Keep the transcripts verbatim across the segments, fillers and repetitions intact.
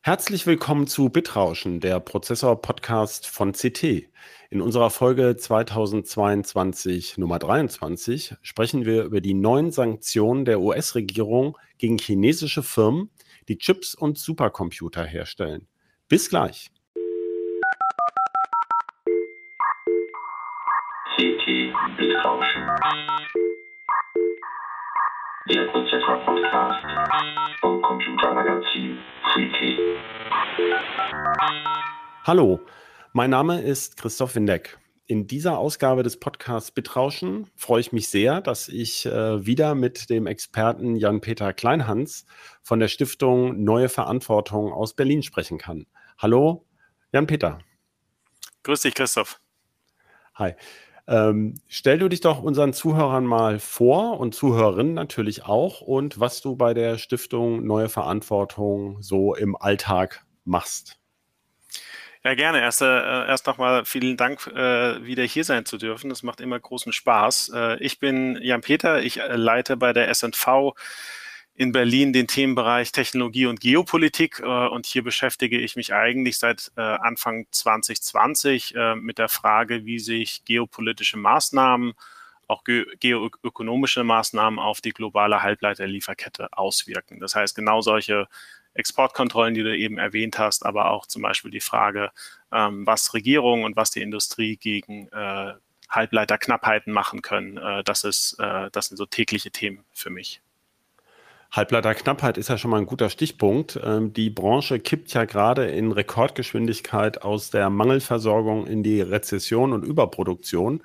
Herzlich willkommen zu Bitrauschen, der Prozessor-Podcast von C T. In unserer Folge zweitausendzweiundzwanzig Nummer dreiundzwanzig sprechen wir über die neuen Sanktionen der U S-Regierung gegen chinesische Firmen, die Chips und Supercomputer herstellen. Bis gleich. C T Bitrauschen. Der Prozessor-Podcast vom Computermagazin C T. Hallo, mein Name ist Christoph Windeck. In dieser Ausgabe des Podcasts Bitrauschen freue ich mich sehr, dass ich äh, wieder mit dem Experten Jan-Peter Kleinhans von der Stiftung Neue Verantwortung aus Berlin sprechen kann. Hallo, Jan-Peter. Grüß dich, Christoph. Hi. Ähm, stell du dich doch unseren Zuhörern mal vor und Zuhörerinnen natürlich auch und was du bei der Stiftung Neue Verantwortung so im Alltag machst. Ja, gerne. Erst, äh, erst nochmal vielen Dank, äh, wieder hier sein zu dürfen. Das macht immer großen Spaß. Äh, ich bin Jan-Peter. Ich äh, leite bei der S und V in Berlin den Themenbereich Technologie und Geopolitik. Äh, und hier beschäftige ich mich eigentlich seit äh, Anfang zwanzig zwanzig äh, mit der Frage, wie sich geopolitische Maßnahmen, auch ge- geoökonomische Maßnahmen auf die globale Halbleiterlieferkette auswirken. Das heißt, genau solche Exportkontrollen, die du eben erwähnt hast, aber auch zum Beispiel die Frage, ähm, was Regierungen und was die Industrie gegen äh, Halbleiterknappheiten machen können. Äh, das ist, äh, das sind so tägliche Themen für mich. Halbleiterknappheit ist ja schon mal ein guter Stichpunkt. Ähm, die Branche kippt ja gerade in Rekordgeschwindigkeit aus der Mangelversorgung in die Rezession und Überproduktion.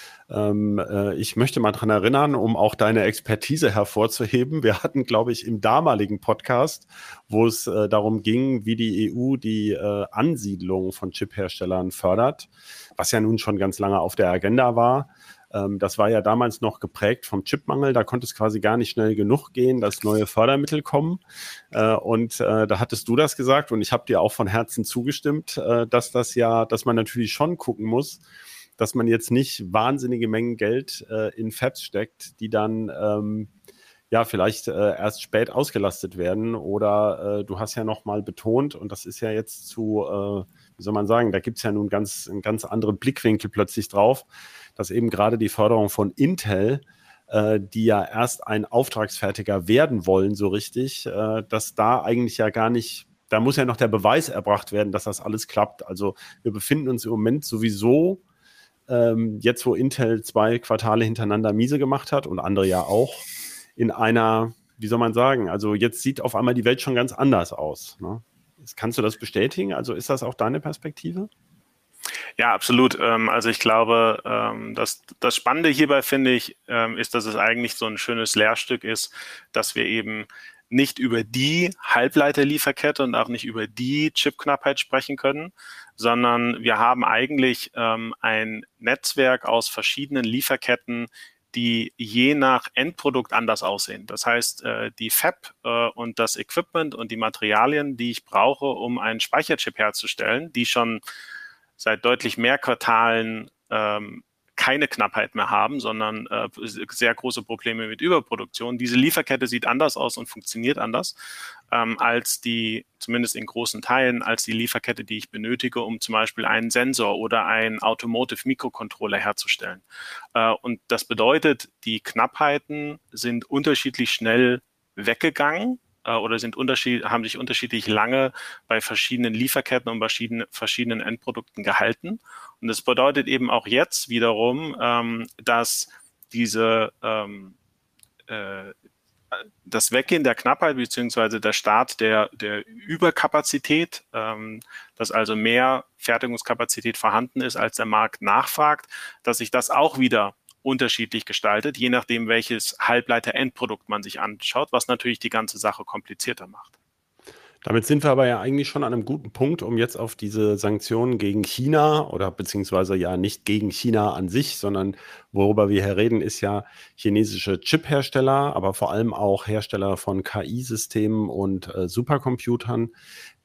Ähm, äh, ich möchte mal daran erinnern, um auch deine Expertise hervorzuheben. Wir hatten, glaube ich, im damaligen Podcast, wo es äh, darum ging, wie die E U die äh, Ansiedlung von Chipherstellern fördert, was ja nun schon ganz lange auf der Agenda war. Ähm, das war ja damals noch geprägt vom Chipmangel. Da konnte es quasi gar nicht schnell genug gehen, dass neue Fördermittel kommen. Äh, und äh, da hattest du das gesagt und ich habe dir auch von Herzen zugestimmt, äh, dass das ja, dass man natürlich schon gucken muss, dass man jetzt nicht wahnsinnige Mengen Geld äh, in Fabs steckt, die dann ähm, ja vielleicht äh, erst spät ausgelastet werden. Oder äh, du hast ja nochmal betont, und das ist ja jetzt zu, äh, wie soll man sagen, da gibt es ja nun ganz, einen ganz anderen Blickwinkel plötzlich drauf, dass eben gerade die Förderung von Intel, äh, die ja erst ein Auftragsfertiger werden wollen, so richtig, äh, dass da eigentlich ja gar nicht, da muss ja noch der Beweis erbracht werden, dass das alles klappt. Also wir befinden uns im Moment sowieso Ähm, jetzt, wo Intel zwei Quartale hintereinander miese gemacht hat und andere ja auch, in einer, wie soll man sagen, also jetzt sieht auf einmal die Welt schon ganz anders aus. Ne? Kannst du das bestätigen? Also ist das auch deine Perspektive? Ja, absolut. Also ich glaube, das, das Spannende hierbei, finde ich, ist, dass es eigentlich so ein schönes Lehrstück ist, dass wir eben nicht über die Halbleiterlieferkette und auch nicht über die Chipknappheit sprechen können, sondern wir haben eigentlich ähm, ein Netzwerk aus verschiedenen Lieferketten, die je nach Endprodukt anders aussehen. Das heißt, äh, die Fab äh, und das Equipment und die Materialien, die ich brauche, um einen Speicherchip herzustellen, die schon seit deutlich mehr Quartalen ähm, keine Knappheit mehr haben, sondern äh, sehr große Probleme mit Überproduktion. Diese Lieferkette sieht anders aus und funktioniert anders ähm, als die, zumindest in großen Teilen, als die Lieferkette, die ich benötige, um zum Beispiel einen Sensor oder einen Automotive Mikrocontroller herzustellen. Äh, und das bedeutet, die Knappheiten sind unterschiedlich schnell weggegangen oder sind unterschied, haben sich unterschiedlich lange bei verschiedenen Lieferketten und verschiedenen, verschiedenen Endprodukten gehalten. Und das bedeutet eben auch jetzt wiederum, ähm, dass diese ähm, äh, das Weggehen der Knappheit beziehungsweise der Start der, der Überkapazität, ähm, dass also mehr Fertigungskapazität vorhanden ist, als der Markt nachfragt, dass sich das auch wieder unterschiedlich gestaltet, je nachdem, welches Halbleiter-Endprodukt man sich anschaut, was natürlich die ganze Sache komplizierter macht. Damit sind wir aber ja eigentlich schon an einem guten Punkt, um jetzt auf diese Sanktionen gegen China oder beziehungsweise ja nicht gegen China an sich, sondern worüber wir hier reden, ist ja chinesische Chip-Hersteller, aber vor allem auch Hersteller von K I-Systemen und äh, Supercomputern,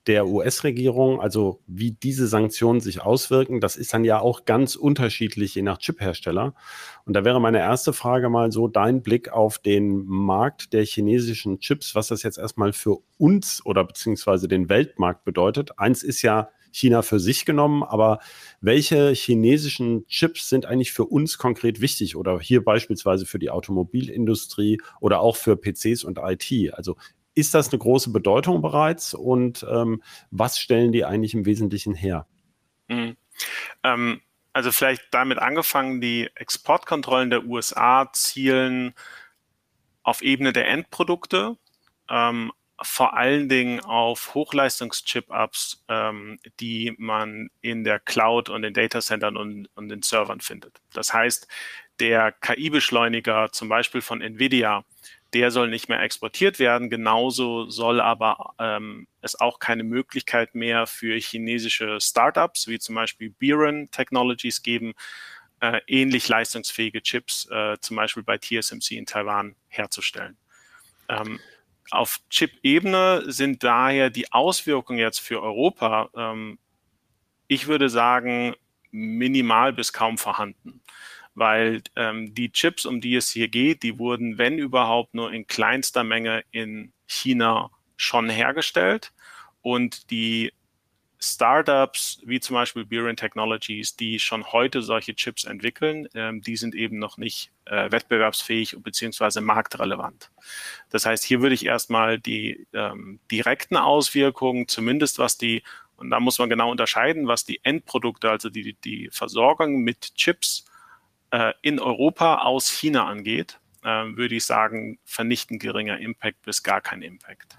der U S-Regierung, also wie diese Sanktionen sich auswirken, das ist dann ja auch ganz unterschiedlich je nach Chiphersteller. Und da wäre meine erste Frage mal so dein Blick auf den Markt der chinesischen Chips, was das jetzt erstmal für uns oder beziehungsweise den Weltmarkt bedeutet. Eins ist ja China für sich genommen, aber welche chinesischen Chips sind eigentlich für uns konkret wichtig oder hier beispielsweise für die Automobilindustrie oder auch für P Cs und I T? Also ist das eine große Bedeutung bereits und ähm, was stellen die eigentlich im Wesentlichen her? Mhm. Ähm, also vielleicht damit angefangen, die Exportkontrollen der U S A zielen auf Ebene der Endprodukte, ähm, vor allen Dingen auf Hochleistungs-Chip-Ups, ähm, die man in der Cloud und den Datacentern und, und den Servern findet. Das heißt, der K I-Beschleuniger zum Beispiel von NVIDIA, der soll nicht mehr exportiert werden. Genauso soll aber ähm, es auch keine Möglichkeit mehr für chinesische Startups, wie zum Beispiel Biren Technologies geben, äh, ähnlich leistungsfähige Chips, äh, zum Beispiel bei T S M C in Taiwan, herzustellen. Ähm, auf Chip-Ebene sind daher die Auswirkungen jetzt für Europa, ähm, ich würde sagen, minimal bis kaum vorhanden. Weil ähm, die Chips, um die es hier geht, die wurden, wenn überhaupt, nur in kleinster Menge in China schon hergestellt. Und die Startups, wie zum Beispiel Biren Technologies, die schon heute solche Chips entwickeln, ähm, die sind eben noch nicht äh, wettbewerbsfähig bzw. marktrelevant. Das heißt, hier würde ich erstmal die ähm, direkten Auswirkungen, zumindest was die, und da muss man genau unterscheiden, was die Endprodukte, also die, die Versorgung mit Chips in Europa aus China angeht, äh, würde ich sagen, vernichtend geringer Impact bis gar kein Impact.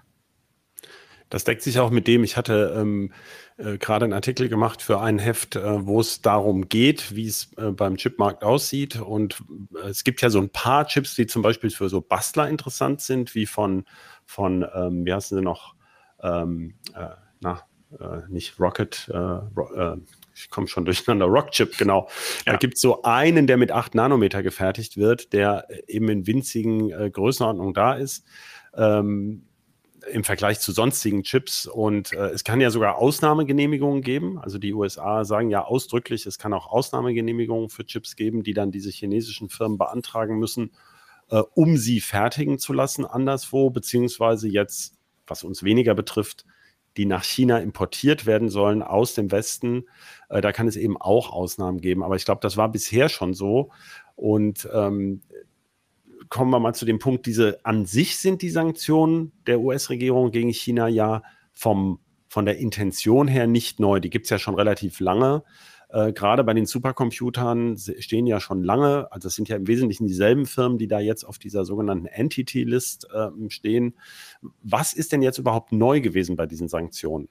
Das deckt sich auch mit dem, ich hatte ähm, äh, gerade einen Artikel gemacht für ein Heft, äh, wo es darum geht, wie es äh, beim Chipmarkt aussieht. Und äh, es gibt ja so ein paar Chips, die zum Beispiel für so Bastler interessant sind, wie von, von ähm, wie heißen sie noch, ähm, äh, na, äh, nicht Rocket, äh, Ro äh, ich komme schon durcheinander, Rockchip, genau. Ja. Da gibt es so einen, der mit acht Nanometer gefertigt wird, der eben in winzigen äh, Größenordnungen da ist. Ähm, im Vergleich zu sonstigen Chips. Und äh, es kann ja sogar Ausnahmegenehmigungen geben. Also die U S A sagen ja ausdrücklich, es kann auch Ausnahmegenehmigungen für Chips geben, die dann diese chinesischen Firmen beantragen müssen, äh, um sie fertigen zu lassen anderswo, beziehungsweise jetzt, was uns weniger betrifft, die nach China importiert werden sollen aus dem Westen. Äh, da kann es eben auch Ausnahmen geben. Aber ich glaube, das war bisher schon so. Und ähm, kommen wir mal zu dem Punkt, diese an sich sind die Sanktionen der U S-Regierung gegen China ja vom, von der Intention her nicht neu. Die gibt es ja schon relativ lange. Äh, gerade bei den Supercomputern stehen ja schon lange, also es sind ja im Wesentlichen dieselben Firmen, die da jetzt auf dieser sogenannten Entity-List äh, stehen. Was ist denn jetzt überhaupt neu gewesen bei diesen Sanktionen?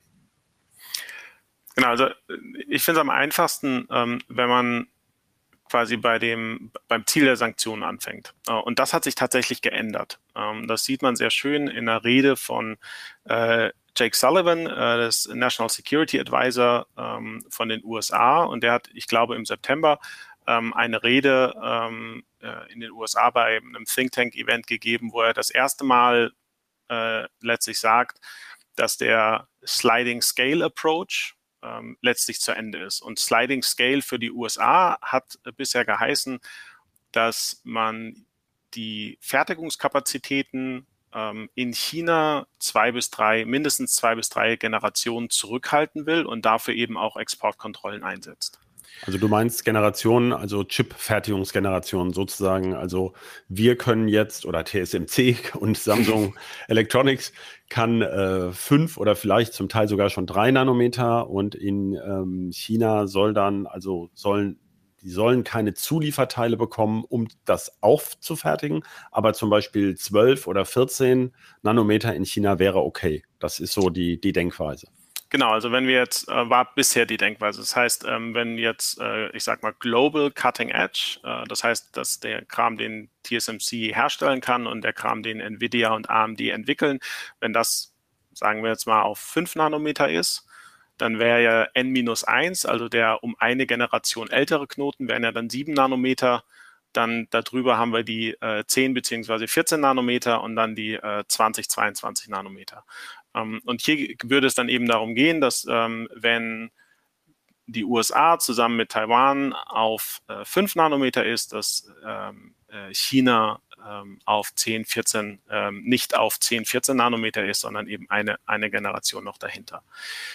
Genau, also ich finde es am einfachsten, ähm, wenn man quasi bei dem, beim Ziel der Sanktionen anfängt. Und das hat sich tatsächlich geändert. Das sieht man sehr schön in der Rede von äh, Jake Sullivan, äh, das National Security Advisor ähm, von den U S A. Und der hat, ich glaube, im September ähm, eine Rede ähm, äh, in den U S A bei einem Think Tank Event gegeben, wo er das erste Mal äh, letztlich sagt, dass der Sliding Scale Approach Ähm, letztlich zu Ende ist. Und Sliding Scale für die U S A hat äh, bisher geheißen, dass man die Fertigungskapazitäten ähm, in China zwei bis drei, mindestens zwei bis drei Generationen zurückhalten will und dafür eben auch Exportkontrollen einsetzt. Also du meinst Generationen, also Chip-Fertigungsgenerationen sozusagen. Also wir können jetzt, oder T S M C und Samsung Electronics kann äh, fünf oder vielleicht zum Teil sogar schon drei Nanometer und in ähm, China soll dann, also sollen, die sollen keine Zulieferteile bekommen, um das aufzufertigen, aber zum Beispiel zwölf oder vierzehn Nanometer in China wäre okay. Das ist so die, die Denkweise. Genau, also wenn wir jetzt, äh, war bisher die Denkweise, das heißt, ähm, wenn jetzt, äh, ich sag mal, Global Cutting Edge, äh, das heißt, dass der Kram, den T S M C herstellen kann und der Kram, den NVIDIA und A M D entwickeln, wenn das, sagen wir jetzt mal, auf fünf Nanometer ist, dann wäre ja N minus eins, also der um eine Generation ältere Knoten, wären ja dann sieben Nanometer. Dann darüber haben wir die äh, zehn beziehungsweise vierzehn Nanometer und dann die äh, zwanzig, zweiundzwanzig Nanometer. Ähm, und hier würde es dann eben darum gehen, dass ähm, wenn die U S A zusammen mit Taiwan auf äh, fünf Nanometer ist, dass ähm, äh, China ähm, auf zehn, vierzehn, ähm, nicht auf zehn, vierzehn Nanometer ist, sondern eben eine, eine Generation noch dahinter.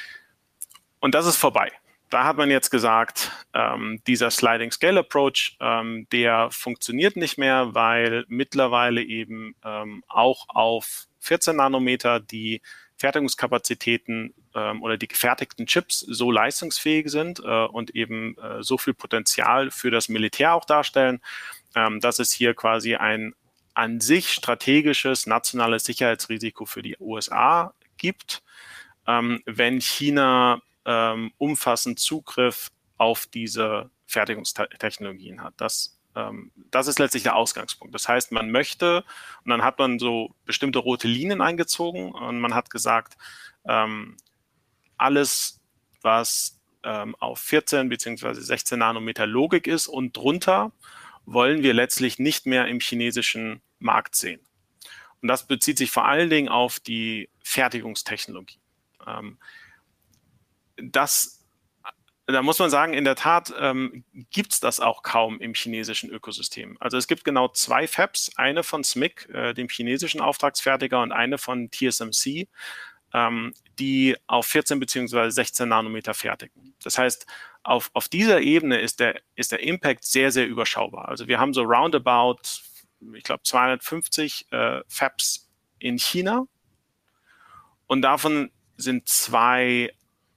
Und das ist vorbei. Da hat man jetzt gesagt, ähm, dieser Sliding Scale Approach, ähm, der funktioniert nicht mehr, weil mittlerweile eben ähm, auch auf vierzehn Nanometer die Fertigungskapazitäten ähm, oder die gefertigten Chips so leistungsfähig sind äh, und eben äh, so viel Potenzial für das Militär auch darstellen, ähm, dass es hier quasi ein an sich strategisches nationales Sicherheitsrisiko für die U S A gibt, ähm, wenn China ähm, umfassend Zugriff auf diese Fertigungstechnologien hat. Das, ähm, das ist letztlich der Ausgangspunkt. Das heißt, man möchte, und dann hat man so bestimmte rote Linien eingezogen und man hat gesagt, ähm, alles, was ähm, auf vierzehn beziehungsweise sechzehn Nanometer Logik ist und drunter, wollen wir letztlich nicht mehr im chinesischen Markt sehen. Und das bezieht sich vor allen Dingen auf die Fertigungstechnologie. Ähm, das, da muss man sagen, in der Tat ähm, gibt es das auch kaum im chinesischen Ökosystem. Also es gibt genau zwei Fabs, eine von S M I C, äh, dem chinesischen Auftragsfertiger, und eine von T S M C, ähm, die auf vierzehn beziehungsweise sechzehn Nanometer fertigen. Das heißt, auf, auf dieser Ebene ist der, ist der Impact sehr, sehr überschaubar. Also wir haben so roundabout, ich glaube, zweihundertfünfzig äh, Fabs in China, und davon sind zwei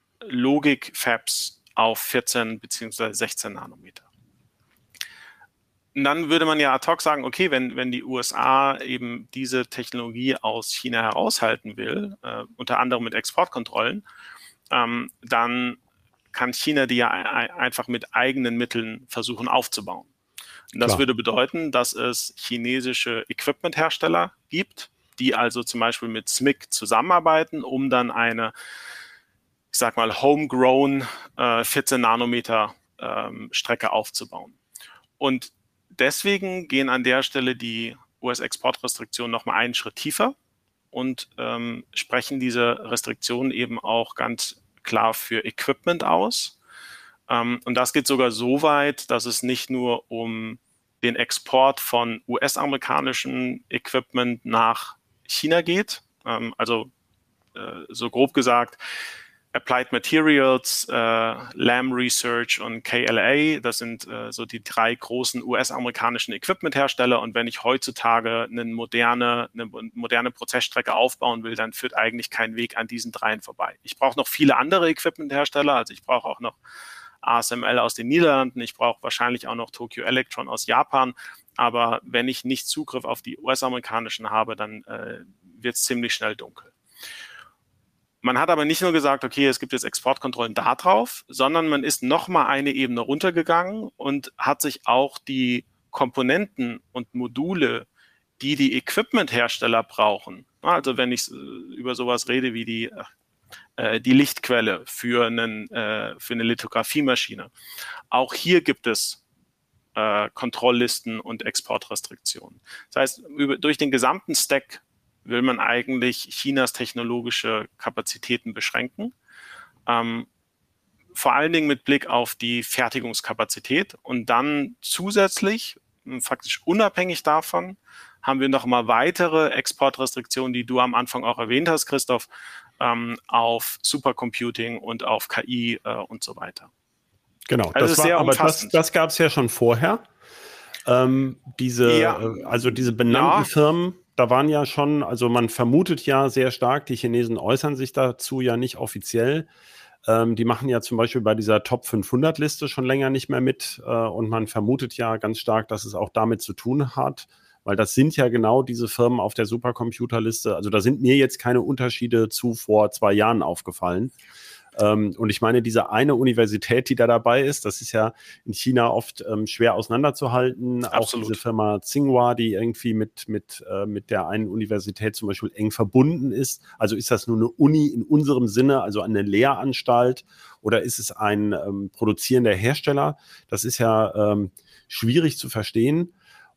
Logik-Fabs auf vierzehn beziehungsweise sechzehn Nanometer. Und dann würde man ja ad hoc sagen, okay, wenn, wenn die U S A eben diese Technologie aus China heraushalten will, äh, unter anderem mit Exportkontrollen, ähm, dann kann China die ja ein, einfach mit eigenen Mitteln versuchen aufzubauen. Und das Klar. würde bedeuten, dass es chinesische Equipment-Hersteller gibt, die also zum Beispiel mit S M I C zusammenarbeiten, um dann eine, ich sag mal, homegrown äh, vierzehn Nanometer ähm, Strecke aufzubauen. Und deswegen gehen an der Stelle die U S-Exportrestriktionen nochmal einen Schritt tiefer und ähm, sprechen diese Restriktionen eben auch ganz klar für Equipment aus. Ähm, und das geht sogar so weit, dass es nicht nur um den Export von U S-amerikanischem Equipment nach China geht. Ähm, also äh, so grob gesagt, Applied Materials, äh, Lam Research und K L A, das sind äh, so die drei großen U S-amerikanischen Equipment-Hersteller. Und wenn ich heutzutage eine moderne, eine moderne Prozessstrecke aufbauen will, dann führt eigentlich kein Weg an diesen dreien vorbei. Ich brauche noch viele andere Equipment-Hersteller, also ich brauche auch noch A S M L aus den Niederlanden, ich brauche wahrscheinlich auch noch Tokyo Electron aus Japan. Aber wenn ich nicht Zugriff auf die U S-amerikanischen habe, dann äh, wird es ziemlich schnell dunkel. Man hat aber nicht nur gesagt, okay, es gibt jetzt Exportkontrollen da drauf, sondern man ist nochmal eine Ebene runtergegangen und hat sich auch die Komponenten und Module, die die Equipment-Hersteller brauchen, also wenn ich über sowas rede wie die, äh, die Lichtquelle für, einen, äh, für eine Lithografiemaschine, auch hier gibt es äh, Kontrolllisten und Exportrestriktionen. Das heißt, über, durch den gesamten Stack will man eigentlich Chinas technologische Kapazitäten beschränken. Ähm, vor allen Dingen mit Blick auf die Fertigungskapazität. Und dann zusätzlich, faktisch unabhängig davon, haben wir nochmal weitere Exportrestriktionen, die du am Anfang auch erwähnt hast, Christoph, ähm, auf Supercomputing und auf K I äh, und so weiter. Genau, also das war, sehr aber das, das gab es ja schon vorher. Ähm, diese, ja, also diese benannten ja. Firmen, da waren ja schon, also man vermutet ja sehr stark, die Chinesen äußern sich dazu ja nicht offiziell. Ähm, die machen ja zum Beispiel bei dieser Top fünfhundert Liste schon länger nicht mehr mit. Äh, und man vermutet ja ganz stark, dass es auch damit zu tun hat, weil das sind ja genau diese Firmen auf der Supercomputerliste. Also da sind mir jetzt keine Unterschiede zu vor zwei Jahren aufgefallen. Ähm, und ich meine, diese eine Universität, die da dabei ist, das ist ja in China oft ähm, schwer auseinanderzuhalten. Absolut. Auch diese Firma Tsinghua, die irgendwie mit, mit, äh, mit der einen Universität zum Beispiel eng verbunden ist. Also ist das nur eine Uni in unserem Sinne, also eine Lehranstalt, oder ist es ein ähm, produzierender Hersteller? Das ist ja ähm, schwierig zu verstehen.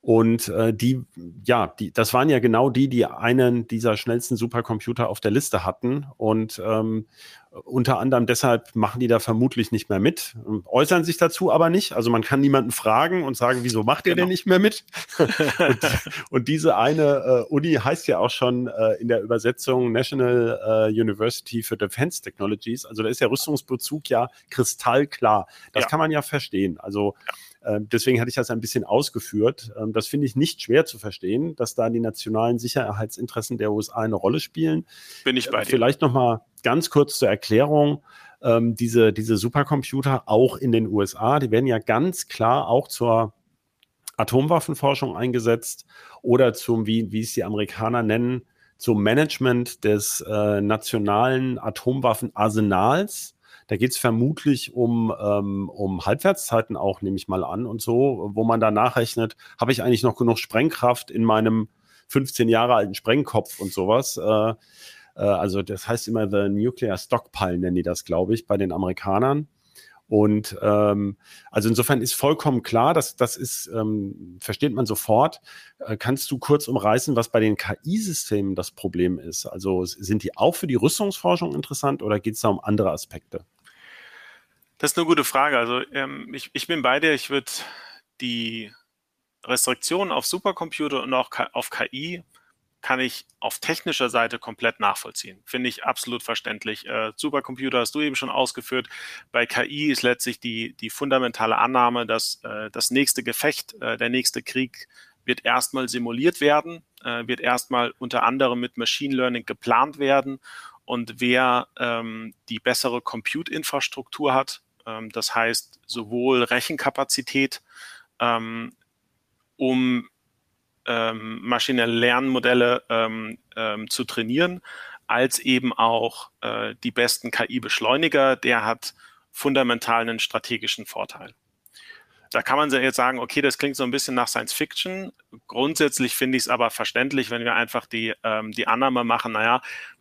Und äh, die, ja, die, das waren ja genau die, die einen dieser schnellsten Supercomputer auf der Liste hatten. Und ähm, unter anderem deshalb machen die da vermutlich nicht mehr mit, äußern sich dazu aber nicht. Also man kann niemanden fragen und sagen, wieso macht ihr Genau. denn nicht mehr mit? und, und diese eine äh, Uni heißt ja auch schon äh, in der Übersetzung National äh, University for Defense Technologies. Also da ist der Rüstungsbezug ja kristallklar. Das Ja. kann man ja verstehen. Also deswegen hatte ich das ein bisschen ausgeführt. Das finde ich nicht schwer zu verstehen, dass da die nationalen Sicherheitsinteressen der U S A eine Rolle spielen. Bin ich bei dir. Vielleicht noch mal ganz kurz zur Erklärung. Diese, diese Supercomputer auch in den U S A, die werden ja ganz klar auch zur Atomwaffenforschung eingesetzt oder zum, wie, wie es die Amerikaner nennen, zum Management des äh, nationalen Atomwaffenarsenals. Da geht es vermutlich um, ähm, um Halbwertszeiten auch, nehme ich mal an und so, wo man da nachrechnet, habe ich eigentlich noch genug Sprengkraft in meinem fünfzehn Jahre alten Sprengkopf und sowas. Äh, äh, also das heißt immer the Nuclear Stockpile, nennen die das, glaube ich, bei den Amerikanern. Und ähm, also insofern ist vollkommen klar, dass das ist, ähm, versteht man sofort. Äh, kannst du kurz umreißen, was bei den K I-Systemen das Problem ist? Also sind die auch für die Rüstungsforschung interessant oder geht es da um andere Aspekte? Das ist eine gute Frage. Also ähm, ich, ich bin bei dir. Ich würde die Restriktionen auf Supercomputer und auch auf K I kann ich auf technischer Seite komplett nachvollziehen. Finde ich absolut verständlich. Äh, Supercomputer hast du eben schon ausgeführt. Bei K I ist letztlich die, die fundamentale Annahme, dass äh, das nächste Gefecht, äh, der nächste Krieg wird erstmal simuliert werden, äh, wird erstmal unter anderem mit Machine Learning geplant werden. Und wer ähm, die bessere Compute-Infrastruktur hat, ähm, das heißt sowohl Rechenkapazität, ähm, um ähm, maschinelle Lernmodelle ähm, ähm, zu trainieren, als eben auch äh, die besten K I-Beschleuniger, der hat fundamental einen strategischen Vorteil. Da kann man jetzt sagen, okay, das klingt so ein bisschen nach Science Fiction. Grundsätzlich finde ich es aber verständlich, wenn wir einfach die, ähm, die Annahme machen, naja,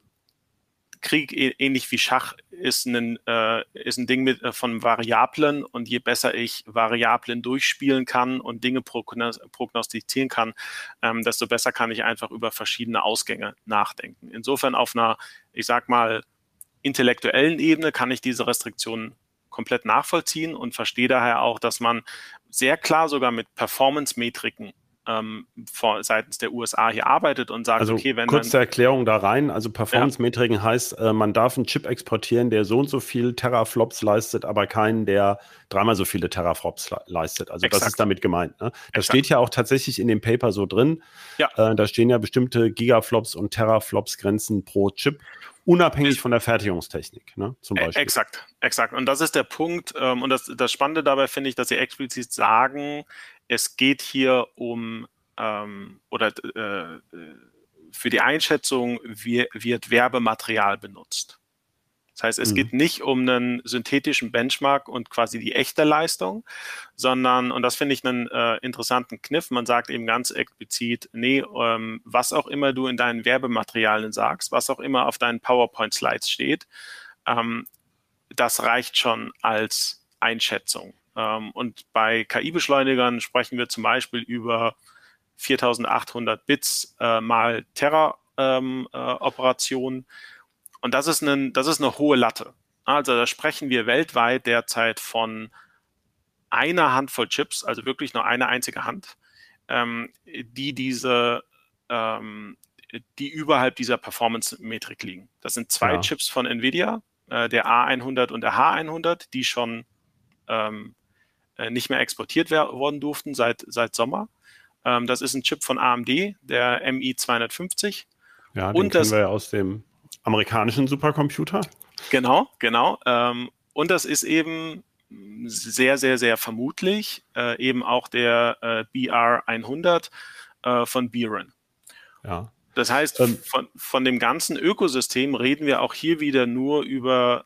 Krieg, ähnlich wie Schach, ist ein, äh, ist ein Ding mit, äh, von Variablen, und je besser ich Variablen durchspielen kann und Dinge prognostizieren kann, ähm, desto besser kann ich einfach über verschiedene Ausgänge nachdenken. Insofern auf einer, ich sag mal, intellektuellen Ebene kann ich diese Restriktionen komplett nachvollziehen und verstehe daher auch, dass man sehr klar sogar mit Performance-Metriken Ähm, vor, seitens der U S A hier arbeitet und sagt, also okay, wenn kurze man, Erklärung da rein, also Performance-Metriken ja. heißt, äh, man darf einen Chip exportieren, der so und so viel Teraflops leistet, aber keinen, der dreimal so viele Teraflops le- leistet. Also Exakt. Das ist damit gemeint. Ne? Das Exakt. Steht ja auch tatsächlich in dem Paper so drin. Ja. Äh, da stehen ja bestimmte Gigaflops und Teraflops-Grenzen pro Chip, unabhängig von der Fertigungstechnik, ne? Zum Beispiel. Exakt, exakt. Und das ist der Punkt. Ähm, und das, das Spannende dabei finde ich, dass sie explizit sagen, es geht hier um ähm, oder äh, für die Einschätzung wie, wird Werbematerial benutzt. Das heißt, es mhm. geht nicht um einen synthetischen Benchmark und quasi die echte Leistung, sondern, und das finde ich einen äh, interessanten Kniff, man sagt eben ganz explizit, nee, ähm, was auch immer du in deinen Werbematerialien sagst, was auch immer auf deinen PowerPoint-Slides steht, ähm, das reicht schon als Einschätzung. Ähm, und bei K I-Beschleunigern sprechen wir zum Beispiel über viertausendachthundert Bits äh, mal Terra-Operationen. Ähm, äh, Und das ist, ein, das ist eine hohe Latte. Also da sprechen wir weltweit derzeit von einer Handvoll Chips, also wirklich nur eine einzige Hand, ähm, die diese, ähm, die überhalb dieser Performance-Metrik liegen. Das sind zwei ja. Chips von NVIDIA, äh, der A hundert und der H hundert, die schon ähm, nicht mehr exportiert wer- worden durften seit, seit Sommer. Ähm, das ist ein Chip von A M D, der M I zweihundertfünfzig. Ja, den und kennen das, wir ja aus dem amerikanischen Supercomputer. Genau, genau. Ähm, und das ist eben sehr, sehr, sehr vermutlich äh, eben auch der äh, B R hundert äh, von Biren. Ja. Das heißt, ähm, von, von dem ganzen Ökosystem reden wir auch hier wieder nur über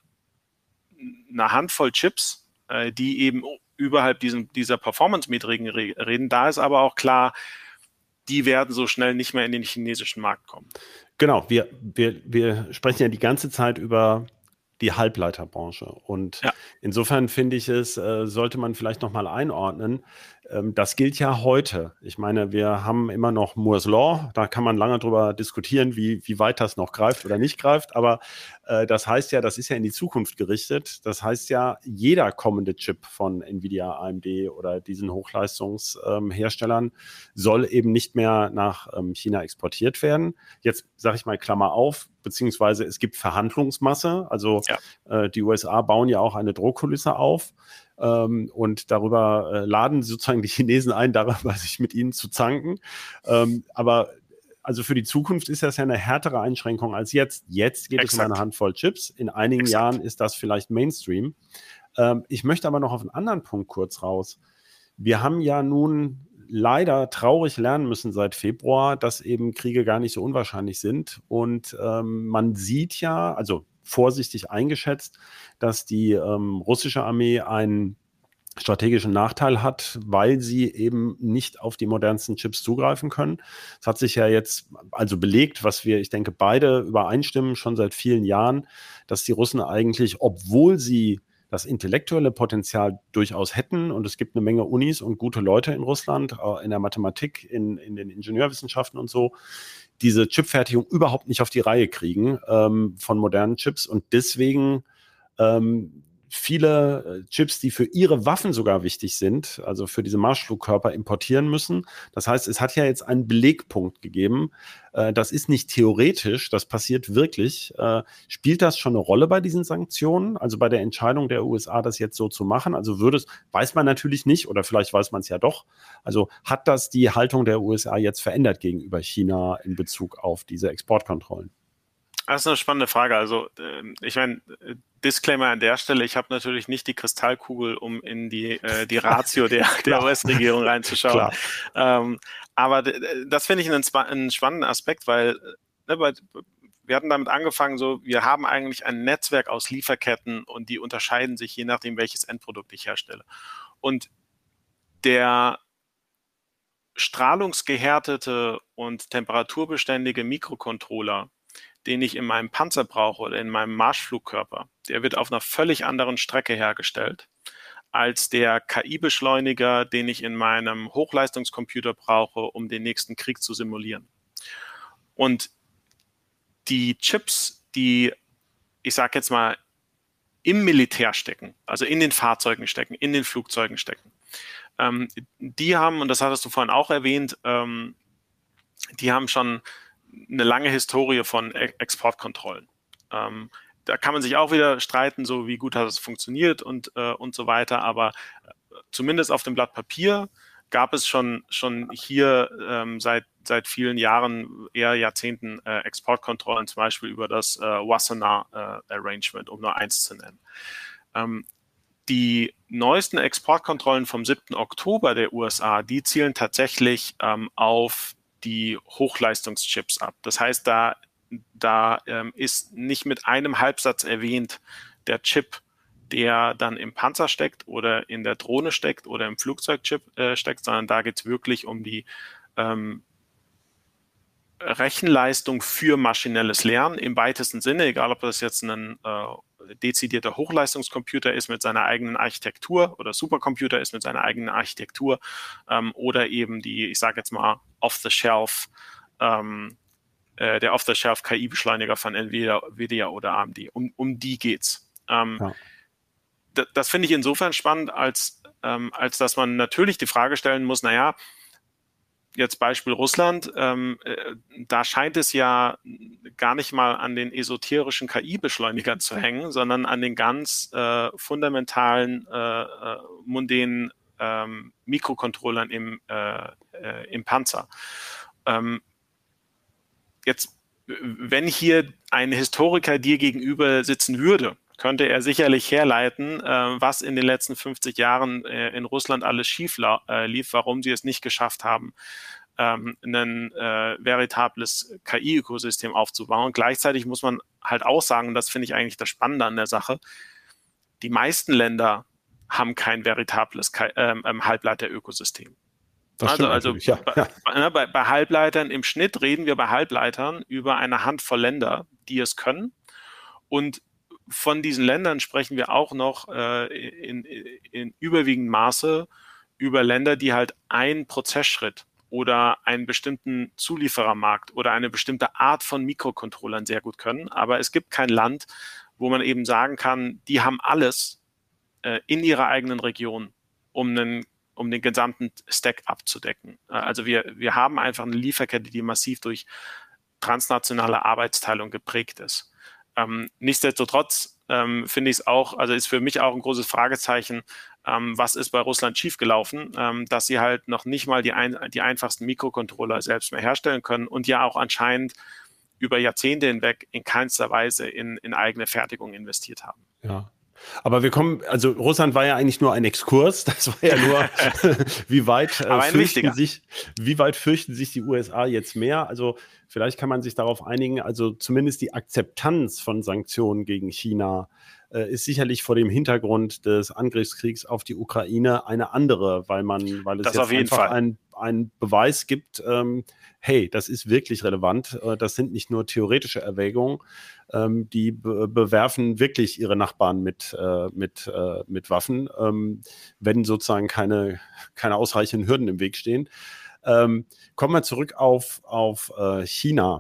eine Handvoll Chips, äh, die eben überhalb diesem, dieser Performance-Metriken re- reden. Da ist aber auch klar, die werden so schnell nicht mehr in den chinesischen Markt kommen. Genau, wir, wir, wir sprechen ja die ganze Zeit über die Halbleiterbranche. Und ja. insofern finde ich es, äh, sollte man vielleicht nochmal einordnen. Das gilt ja heute. Ich meine, wir haben immer noch Moore's Law. Da kann man lange drüber diskutieren, wie, wie weit das noch greift oder nicht greift. Aber äh, das heißt ja, das ist ja in die Zukunft gerichtet. Das heißt ja, jeder kommende Chip von Nvidia, A M D oder diesen Hochleistungsherstellern ähm, soll eben nicht mehr nach ähm, China exportiert werden. Jetzt sage ich mal Klammer auf, beziehungsweise es gibt Verhandlungsmasse. Also ja. äh, die U S A bauen ja auch eine Drohkulisse auf. Ähm, und darüber äh, laden sozusagen die Chinesen ein, darüber sich mit ihnen zu zanken. Ähm, aber also für die Zukunft ist das ja eine härtere Einschränkung als jetzt. Jetzt geht Exakt. es um eine Handvoll Chips. In einigen Exakt. Jahren ist das vielleicht Mainstream. Ähm, ich möchte aber noch auf einen anderen Punkt kurz raus. Wir haben ja nun leider traurig lernen müssen seit Februar, dass eben Kriege gar nicht so unwahrscheinlich sind. Und ähm, man sieht ja, also vorsichtig eingeschätzt, dass die ähm, russische Armee einen strategischen Nachteil hat, weil sie eben nicht auf die modernsten Chips zugreifen können. Es hat sich ja jetzt also belegt, was wir, ich denke, beide übereinstimmen, schon seit vielen Jahren, dass die Russen eigentlich, obwohl sie das intellektuelle Potenzial durchaus hätten, und es gibt eine Menge Unis und gute Leute in Russland, in der Mathematik, in, in den Ingenieurwissenschaften und so, diese Chipfertigung überhaupt nicht auf die Reihe kriegen ähm, von modernen Chips und deswegen ähm, viele Chips, die für ihre Waffen sogar wichtig sind, also für diese Marschflugkörper importieren müssen. Das heißt, es hat ja jetzt einen Belegpunkt gegeben. Äh, das ist nicht theoretisch, das passiert wirklich. Äh, spielt das schon eine Rolle bei diesen Sanktionen? Also bei der Entscheidung der U S A, das jetzt so zu machen? Also würde es, weiß man natürlich nicht, oder vielleicht weiß man es ja doch. Also hat das die Haltung der U S A jetzt verändert gegenüber China in Bezug auf diese Exportkontrollen? Das ist eine spannende Frage. Also ich meine, Disclaimer an der Stelle, ich habe natürlich nicht die Kristallkugel, um in die, äh, die Ratio der, der U S-Regierung reinzuschauen. Ähm, aber das finde ich einen, einen spannenden Aspekt, weil ne, bei, wir hatten damit angefangen, so wir haben eigentlich ein Netzwerk aus Lieferketten und die unterscheiden sich je nachdem, welches Endprodukt ich herstelle. Und der strahlungsgehärtete und temperaturbeständige Mikrocontroller, den ich in meinem Panzer brauche oder in meinem Marschflugkörper, der wird auf einer völlig anderen Strecke hergestellt als der K I-Beschleuniger, den ich in meinem Hochleistungscomputer brauche, um den nächsten Krieg zu simulieren. Und die Chips, die, ich sage jetzt mal, im Militär stecken, also in den Fahrzeugen stecken, in den Flugzeugen stecken, ähm, die haben, und das hattest du vorhin auch erwähnt, ähm, die haben schon eine lange Historie von Exportkontrollen. Ähm, da kann man sich auch wieder streiten, so wie gut hat es funktioniert und, äh, und so weiter, aber zumindest auf dem Blatt Papier gab es schon, schon hier ähm, seit, seit vielen Jahren, eher Jahrzehnten äh, Exportkontrollen, zum Beispiel über das äh, Wassenaar äh, Arrangement, um nur eins zu nennen. Ähm, die neuesten Exportkontrollen vom siebten Oktober der U S A, die zielen tatsächlich ähm, auf die Hochleistungschips ab. Das heißt, da, da ähm, ist nicht mit einem Halbsatz erwähnt der Chip, der dann im Panzer steckt oder in der Drohne steckt oder im Flugzeugchip äh, steckt, sondern da geht es wirklich um die ähm, Rechenleistung für maschinelles Lernen im weitesten Sinne, egal ob das jetzt ein äh, dezidierter Hochleistungscomputer ist mit seiner eigenen Architektur oder Supercomputer ist mit seiner eigenen Architektur ähm, oder eben die, ich sage jetzt mal, off-the-shelf, ähm, äh, der off-the-shelf K I-Beschleuniger von Nvidia, Nvidia oder A M D. Um, um die geht's. Ähm, ja. d- das finde ich insofern spannend, als, ähm, als dass man natürlich die Frage stellen muss, naja, jetzt Beispiel Russland, ähm, äh, da scheint es ja gar nicht mal an den esoterischen K I-Beschleunigern zu hängen, sondern an den ganz äh, fundamentalen, äh, äh, mundänen ähm, Mikrocontrollern im, äh, äh, im Panzer. Ähm, jetzt, wenn hier ein Historiker dir gegenüber sitzen würde, könnte er sicherlich herleiten, äh, was in den letzten fünfzig Jahren äh, in Russland alles schief la- äh, lief, warum sie es nicht geschafft haben, ähm, ein äh, veritables K I-Ökosystem aufzubauen. Gleichzeitig muss man halt auch sagen, und das finde ich eigentlich das Spannende an der Sache, die meisten Länder haben kein veritables K- ähm, Halbleiter-Ökosystem. Das also also ja. bei, ja. bei, bei Halbleitern im Schnitt reden wir bei Halbleitern über eine Handvoll Länder, die es können. Und von diesen Ländern sprechen wir auch noch äh, in, in überwiegendem Maße über Länder, die halt einen Prozessschritt oder einen bestimmten Zulieferermarkt oder eine bestimmte Art von Mikrocontrollern sehr gut können. Aber es gibt kein Land, wo man eben sagen kann, die haben alles äh, in ihrer eigenen Region, um, einen, um den gesamten Stack abzudecken. Äh, also wir, wir haben einfach eine Lieferkette, die massiv durch transnationale Arbeitsteilung geprägt ist. Ähm, nichtsdestotrotz ähm, finde ich es auch, also ist für mich auch ein großes Fragezeichen, ähm, was ist bei Russland schiefgelaufen, ähm, dass sie halt noch nicht mal die, ein, die einfachsten Mikrocontroller selbst mehr herstellen können und ja auch anscheinend über Jahrzehnte hinweg in keinster Weise in, in eigene Fertigung investiert haben. Ja. Aber wir kommen, also Russland war ja eigentlich nur ein Exkurs, das war ja nur, wie weit äh, fürchten sich, wie weit fürchten sich die U S A jetzt mehr? Also vielleicht kann man sich darauf einigen, also zumindest die Akzeptanz von Sanktionen gegen China äh, ist sicherlich vor dem Hintergrund des Angriffskriegs auf die Ukraine eine andere, weil man, weil es das jetzt einfach ein einen Beweis gibt, ähm, hey, das ist wirklich relevant, äh, das sind nicht nur theoretische Erwägungen, ähm, die be bewerfen wirklich ihre Nachbarn mit, äh, mit, äh, mit Waffen, ähm, wenn sozusagen keine, keine ausreichenden Hürden im Weg stehen. Ähm, kommen wir zurück auf, auf äh, China.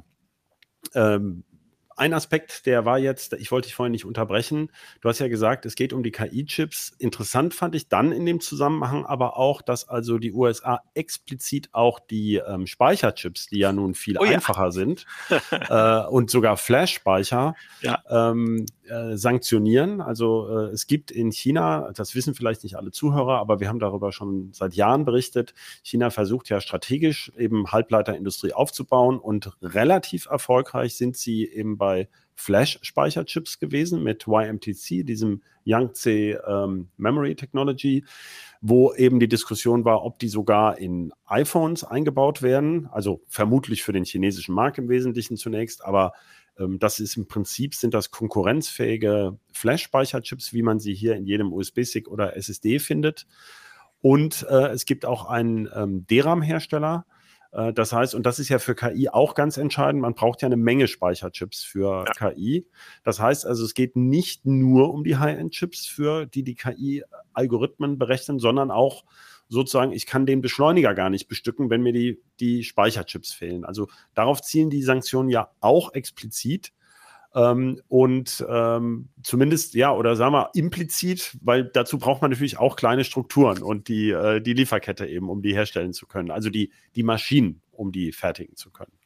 Ähm, Ein Aspekt, der war jetzt, ich wollte dich vorhin nicht unterbrechen, du hast ja gesagt, es geht um die K I-Chips. Interessant fand ich dann in dem Zusammenhang aber auch, dass also die U S A explizit auch die ähm, Speicherchips, die ja nun viel oh ja. einfacher sind äh, und sogar Flash-Speicher ja. ähm, äh, sanktionieren. Also äh, es gibt in China, das wissen vielleicht nicht alle Zuhörer, aber wir haben darüber schon seit Jahren berichtet, China versucht ja strategisch eben Halbleiterindustrie aufzubauen und relativ erfolgreich sind sie eben bei bei Flash-Speicherchips gewesen mit Y M T C, diesem Yangtze ähm, Memory Technology, wo eben die Diskussion war, ob die sogar in iPhones eingebaut werden, also vermutlich für den chinesischen Markt im Wesentlichen zunächst, aber ähm, das ist im Prinzip, sind das konkurrenzfähige Flash-Speicherchips, wie man sie hier in jedem U S B-Stick oder S S D findet. Und äh, es gibt auch einen ähm, D RAM-Hersteller. Das heißt, und das ist ja für K I auch ganz entscheidend, man braucht ja eine Menge Speicherchips für ja. K I. Das heißt also, es geht nicht nur um die High-End-Chips, für die die K I-Algorithmen berechnen, sondern auch sozusagen, ich kann den Beschleuniger gar nicht bestücken, wenn mir die, die Speicherchips fehlen. Also darauf zielen die Sanktionen ja auch explizit. Ähm, und ähm, zumindest, ja, oder sagen wir implizit, weil dazu braucht man natürlich auch kleine Strukturen und die, äh, die Lieferkette eben, um die herstellen zu können. Also die, die Maschinen, um die fertigen zu können.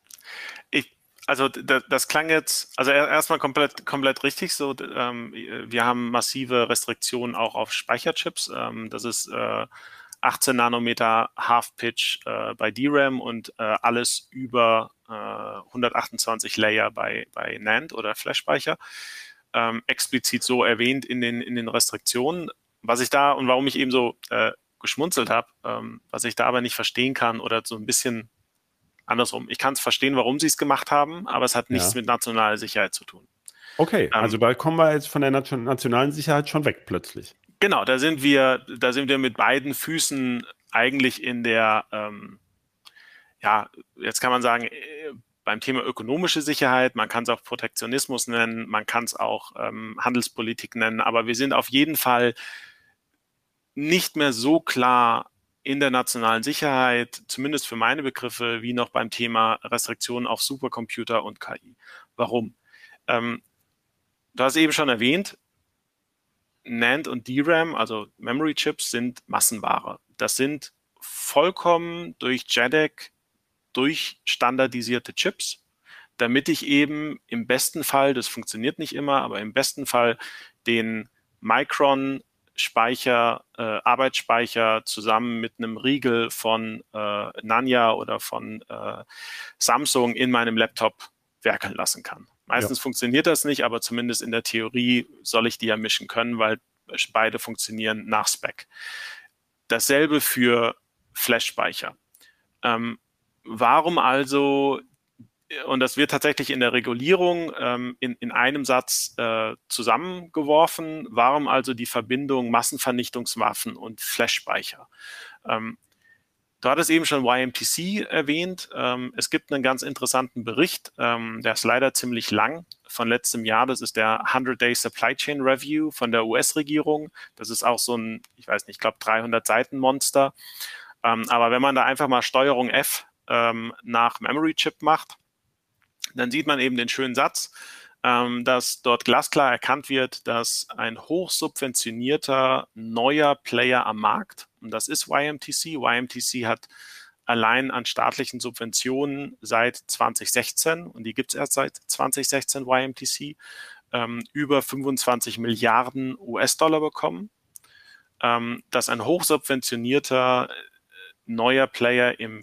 Ich, also das, das klang jetzt, also erstmal komplett, komplett richtig so. Ähm, wir haben massive Restriktionen auch auf Speicherchips. Ähm, das ist äh, achtzehn Nanometer Half-Pitch äh, bei D RAM und äh, alles über äh, hundertachtundzwanzig Layer bei, bei NAND oder Flash-Speicher. Ähm, explizit so erwähnt in den, in den Restriktionen. Was ich da und warum ich eben so äh, geschmunzelt habe, ähm, was ich da aber nicht verstehen kann oder so ein bisschen andersrum. Ich kann es verstehen, warum sie es gemacht haben, aber es hat nichts ja. mit nationaler Sicherheit zu tun. Okay, ähm, also da kommen wir jetzt von der nationalen Sicherheit schon weg plötzlich. Genau, da sind wir, da sind wir mit beiden Füßen eigentlich in der, ähm, ja, jetzt kann man sagen, beim Thema ökonomische Sicherheit, man kann es auch Protektionismus nennen, man kann es auch ähm, Handelspolitik nennen, aber wir sind auf jeden Fall nicht mehr so klar in der nationalen Sicherheit, zumindest für meine Begriffe, wie noch beim Thema Restriktionen auf Supercomputer und K I. Warum? Ähm, du hast eben schon erwähnt, NAND und D RAM, also Memory Chips, sind Massenware. Das sind vollkommen durch J E D E C durchstandardisierte Chips, damit ich eben im besten Fall, das funktioniert nicht immer, aber im besten Fall den Micron Speicher, äh, Arbeitsspeicher zusammen mit einem Riegel von äh, Nanya oder von äh, Samsung in meinem Laptop werkeln lassen kann. Meistens ja. funktioniert das nicht, aber zumindest in der Theorie soll ich die ja mischen können, weil beide funktionieren nach Spec. Dasselbe für Flash-Speicher. Ähm, warum also, und das wird tatsächlich in der Regulierung ähm, in, in einem Satz äh, zusammengeworfen, warum also die Verbindung Massenvernichtungswaffen und Flash-Speicher? Ähm, Du hattest eben schon Y M T C erwähnt. Ähm, es gibt einen ganz interessanten Bericht, ähm, der ist leider ziemlich lang, von letztem Jahr. Das ist der hundred-Day Supply Chain Review von der U S-Regierung. Das ist auch so ein, ich weiß nicht, ich glaube dreihundert Seiten Monster. Ähm, aber wenn man da einfach mal Steuerung F ähm, nach Memory Chip macht, dann sieht man eben den schönen Satz, ähm, dass dort glasklar erkannt wird, dass ein hochsubventionierter neuer Player am Markt, und das ist Y M T C, Y M T C hat allein an staatlichen Subventionen seit zwanzig sechzehn, und die gibt es erst seit zwanzig sechzehn, Y M T C, ähm, über fünfundzwanzig Milliarden U S-Dollar bekommen, ähm, dass ein hochsubventionierter neuer Player im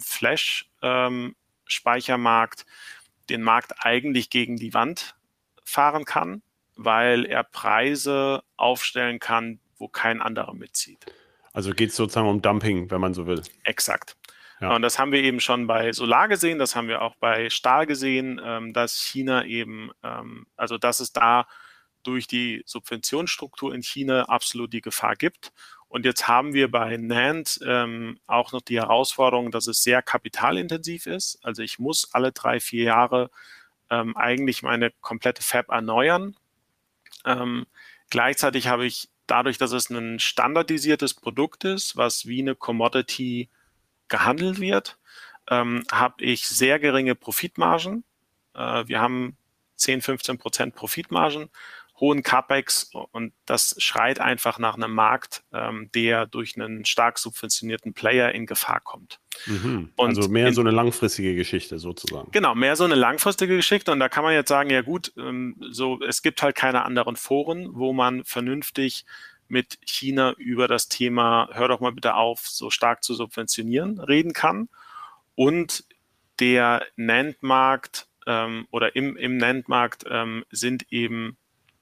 Flash-Speichermarkt ähm, den Markt eigentlich gegen die Wand fahren kann, weil er Preise aufstellen kann, wo kein anderer mitzieht. Also geht es sozusagen um Dumping, wenn man so will. Exakt. Ja. Und das haben wir eben schon bei Solar gesehen, das haben wir auch bei Stahl gesehen, ähm, dass China eben, ähm, also dass es da durch die Subventionsstruktur in China absolut die Gefahr gibt. Und jetzt haben wir bei NAND ähm, auch noch die Herausforderung, dass es sehr kapitalintensiv ist. Also ich muss alle drei, vier Jahre ähm, eigentlich meine komplette Fab erneuern. Ähm, gleichzeitig habe ich dadurch, dass es ein standardisiertes Produkt ist, was wie eine Commodity gehandelt wird, ähm, habe ich sehr geringe Profitmargen. Äh, wir haben zehn, fünfzehn Prozent Profitmargen, hohen CapEx, und das schreit einfach nach einem Markt, ähm, der durch einen stark subventionierten Player in Gefahr kommt. Mhm. Also mehr in, so eine langfristige Geschichte sozusagen. Genau, mehr so eine langfristige Geschichte, und da kann man jetzt sagen, ja gut, ähm, so, es gibt halt keine anderen Foren, wo man vernünftig mit China über das Thema, hör doch mal bitte auf, so stark zu subventionieren, reden kann. Und der NAND-Markt ähm, oder im, im NAND-Markt ähm, sind eben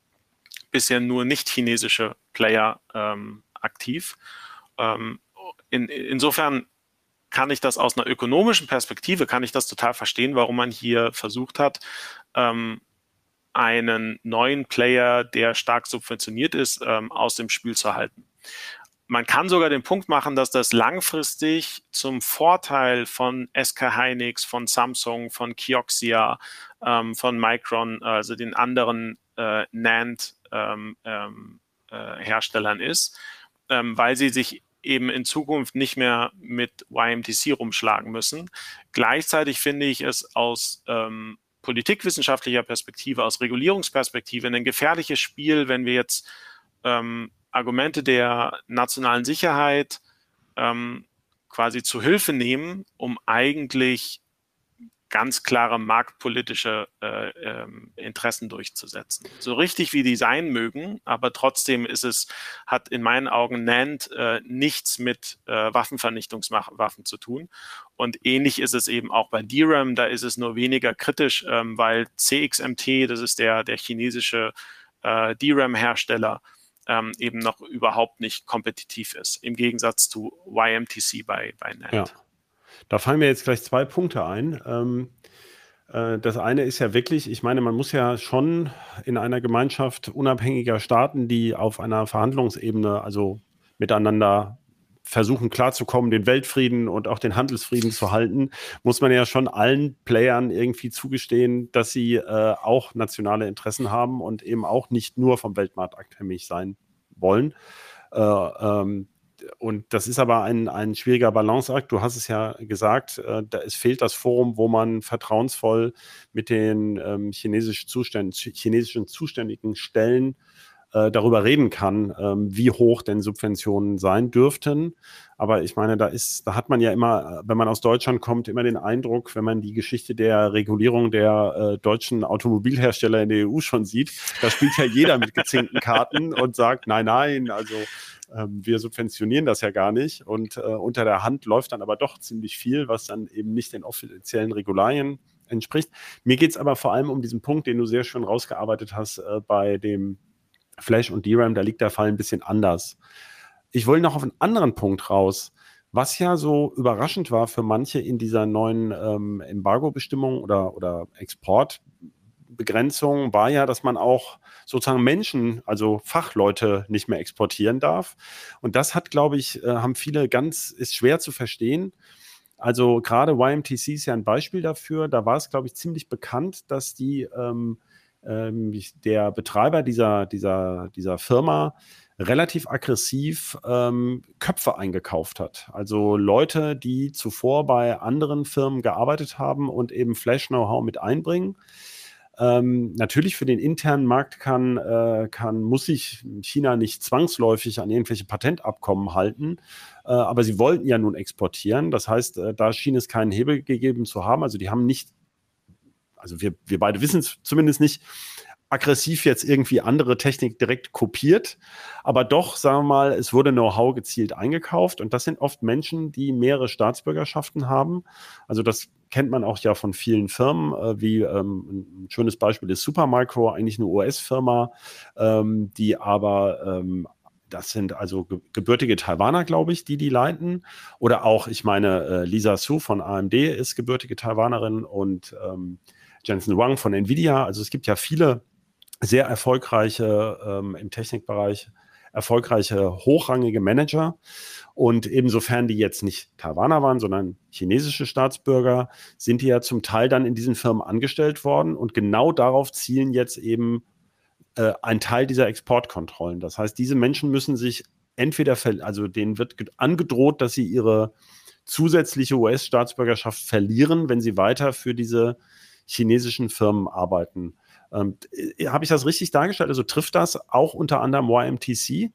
bisher nur nicht chinesische Player ähm, aktiv. Ähm, in, insofern kann ich das aus einer ökonomischen Perspektive, kann ich das total verstehen, warum man hier versucht hat, ähm, einen neuen Player, der stark subventioniert ist, ähm, aus dem Spiel zu halten. Man kann sogar den Punkt machen, dass das langfristig zum Vorteil von S K Hynix, von Samsung, von Kioxia, ähm, von Micron, also den anderen äh, NAND ähm, ähm, äh, Herstellern ist, ähm, weil sie sich eben in Zukunft nicht mehr mit Y M T C rumschlagen müssen. Gleichzeitig finde ich es aus ähm, politikwissenschaftlicher Perspektive, aus Regulierungsperspektive ein gefährliches Spiel, wenn wir jetzt ähm, Argumente der nationalen Sicherheit ähm, quasi zu Hilfe nehmen, um eigentlich ganz klare marktpolitische äh, ähm, Interessen durchzusetzen. So richtig wie die sein mögen, aber trotzdem ist es, hat in meinen Augen NAND äh, nichts mit äh, Waffenvernichtungswaffen zu tun. Und ähnlich ist es eben auch bei D RAM, da ist es nur weniger kritisch, ähm, weil C X M T, das ist der, der chinesische äh, D RAM-Hersteller, ähm, eben noch überhaupt nicht kompetitiv ist, im Gegensatz zu Y M T C bei, bei NAND. Ja. Da fallen mir jetzt gleich zwei Punkte ein. Ähm, äh, das eine ist ja wirklich, ich meine, man muss ja schon in einer Gemeinschaft unabhängiger Staaten, die auf einer Verhandlungsebene, also miteinander versuchen klarzukommen, den Weltfrieden und auch den Handelsfrieden zu halten, muss man ja schon allen Playern irgendwie zugestehen, dass sie äh, auch nationale Interessen haben und eben auch nicht nur vom Weltmarkt abhängig sein wollen. Äh, ähm, Und das ist aber ein, ein schwieriger Balanceakt. Du hast es ja gesagt, äh, da, es fehlt das Forum, wo man vertrauensvoll mit den ähm, chinesischen, Zuständ, chinesischen zuständigen Stellen äh, darüber reden kann, ähm, wie hoch denn Subventionen sein dürften. Aber ich meine, da ist, da hat man ja immer, wenn man aus Deutschland kommt, immer den Eindruck, wenn man die Geschichte der Regulierung der äh, deutschen Automobilhersteller in der E U schon sieht, da spielt ja jeder mit gezinkten Karten und sagt, nein, nein, also wir subventionieren das ja gar nicht, und äh, unter der Hand läuft dann aber doch ziemlich viel, was dann eben nicht den offiziellen Regularien entspricht. Mir geht es aber vor allem um diesen Punkt, den du sehr schön rausgearbeitet hast äh, bei dem Flash und D RAM, da liegt der Fall ein bisschen anders. Ich wollte noch auf einen anderen Punkt raus, was ja so überraschend war für manche in dieser neuen ähm, Embargo-Bestimmung oder, oder Export- Begrenzung war ja, dass man auch sozusagen Menschen, also Fachleute, nicht mehr exportieren darf. Und das hat, glaube ich, haben viele ganz, ist schwer zu verstehen. Also gerade Y M T C ist ja ein Beispiel dafür. Da war es, glaube ich, ziemlich bekannt, dass die ähm, ähm, der Betreiber dieser, dieser, dieser Firma relativ aggressiv ähm, Köpfe eingekauft hat. Also Leute, die zuvor bei anderen Firmen gearbeitet haben und eben Flash-Know-how mit einbringen. Ähm, natürlich für den internen Markt kann, äh, kann, muss sich China nicht zwangsläufig an irgendwelche Patentabkommen halten, äh, aber sie wollten ja nun exportieren. Das heißt, äh, da schien es keinen Hebel gegeben zu haben. Also die haben nicht, also wir, wir beide wissen es zumindest nicht, aggressiv jetzt irgendwie andere Technik direkt kopiert, aber doch, sagen wir mal, es wurde Know-how gezielt eingekauft und das sind oft Menschen, die mehrere Staatsbürgerschaften haben. Also das kennt man auch ja von vielen Firmen, äh, wie ähm, ein schönes Beispiel ist Supermicro, eigentlich eine U S-Firma, ähm, die aber ähm, das sind also ge- gebürtige Taiwaner, glaube ich, die die leiten. Oder auch, ich meine, äh, Lisa Su von A M D ist gebürtige Taiwanerin und ähm, Jensen Huang von Nvidia. Also es gibt ja viele sehr erfolgreiche ähm, im Technikbereich, erfolgreiche, hochrangige Manager. Und insofern die jetzt nicht Taiwaner waren, sondern chinesische Staatsbürger, sind die ja zum Teil dann in diesen Firmen angestellt worden. Und genau darauf zielen jetzt eben äh, ein Teil dieser Exportkontrollen. Das heißt, diese Menschen müssen sich entweder, ver- also denen wird ge- angedroht, dass sie ihre zusätzliche U S-Staatsbürgerschaft verlieren, wenn sie weiter für diese chinesischen Firmen arbeiten. Ähm, äh, Habe ich das richtig dargestellt? Also trifft das auch unter anderem Y M T C?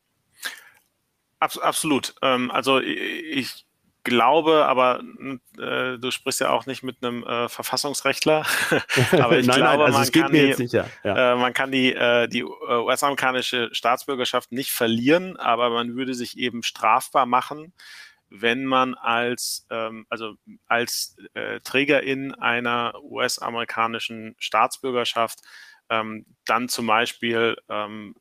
Abs absolut. Ähm, also ich, ich glaube, aber äh, du sprichst ja auch nicht mit einem äh, Verfassungsrechtler, aber ich Nein, nein, glaube, also man es geht kann mir die, jetzt nicht, ja. ja. äh, man kann die, äh, die U S-amerikanische Staatsbürgerschaft nicht verlieren, aber man würde sich eben strafbar machen, wenn man als, ähm, also als äh, Trägerin einer U S-amerikanischen Staatsbürgerschaft ähm, dann zum Beispiel ähm,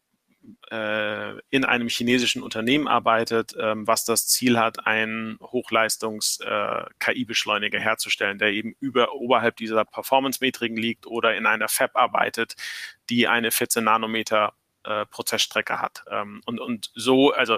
äh, in einem chinesischen Unternehmen arbeitet, ähm, was das Ziel hat, einen Hochleistungs-K I-Beschleuniger herzustellen, der eben über, oberhalb dieser Performance-Metriken liegt oder in einer Fab arbeitet, die eine vierzehn Nanometer äh, Prozessstrecke hat. Ähm, und, und so, also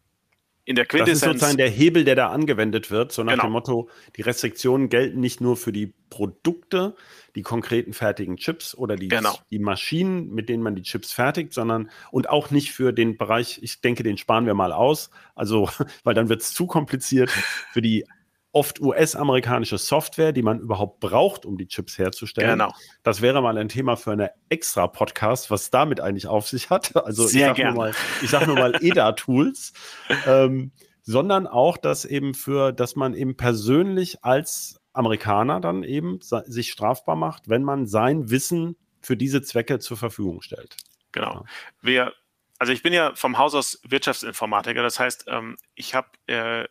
in der Das ist sozusagen Quintessenz, der Hebel, der da angewendet wird, so nach dem genau, Motto, die Restriktionen gelten nicht nur für die Produkte, die konkreten fertigen Chips oder die, genau. die Maschinen, mit denen man die Chips fertigt, sondern und auch nicht für den Bereich, ich denke, den sparen wir mal aus, also, weil dann wird es zu kompliziert für die oft U S-amerikanische Software, die man überhaupt braucht, um die Chips herzustellen. Genau. Das wäre mal ein Thema für eine extra Podcast, was damit eigentlich auf sich hat. Also ich Sehr sage nur gerne. mal, ich sage nur mal E D A-Tools. Ähm, sondern auch, dass eben für, dass man eben persönlich als Amerikaner dann eben sich strafbar macht, wenn man sein Wissen für diese Zwecke zur Verfügung stellt. Genau. Ja. Wir, also ich bin ja vom Haus aus Wirtschaftsinformatiker, das heißt, ähm, ich habe äh,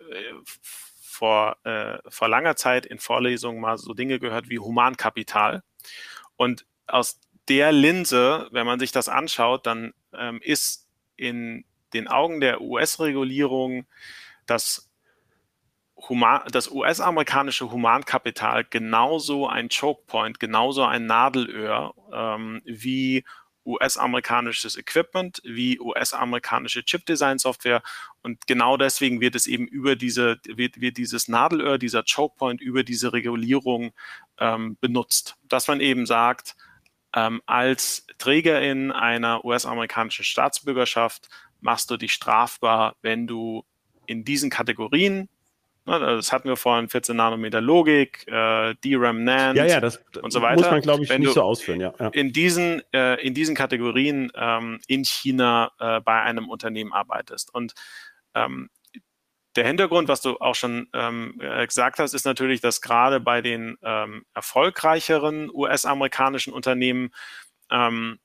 vor, äh, vor langer Zeit in Vorlesungen mal so Dinge gehört wie Humankapital. Und aus der Linse, wenn man sich das anschaut, dann ähm, ist in den Augen der U S-Regulierung das, Human, das U S-amerikanische Humankapital genauso ein Chokepoint, genauso ein Nadelöhr ähm, wie U S-amerikanisches Equipment, wie U S-amerikanische Chip-Design-Software. Und genau deswegen wird es eben über diese, wird, wird dieses Nadelöhr, dieser Chokepoint über diese Regulierung ähm, benutzt. Dass man eben sagt, ähm, als Trägerin einer U S-amerikanischen Staatsbürgerschaft machst du dich strafbar, wenn du in diesen Kategorien, ne, das hatten wir vorhin, vierzehn Nanometer Logik, äh, D RAM, Ja, ja, NAND das und so muss weiter, man, glaube ich, wenn nicht du so ausführen. Ja, ja. in diesen, äh, in diesen Kategorien ähm, in China äh, bei einem Unternehmen arbeitest. Und ähm, der Hintergrund, was du auch schon ähm, gesagt hast, ist natürlich, dass gerade bei den ähm, erfolgreicheren U S-amerikanischen Unternehmen ähm,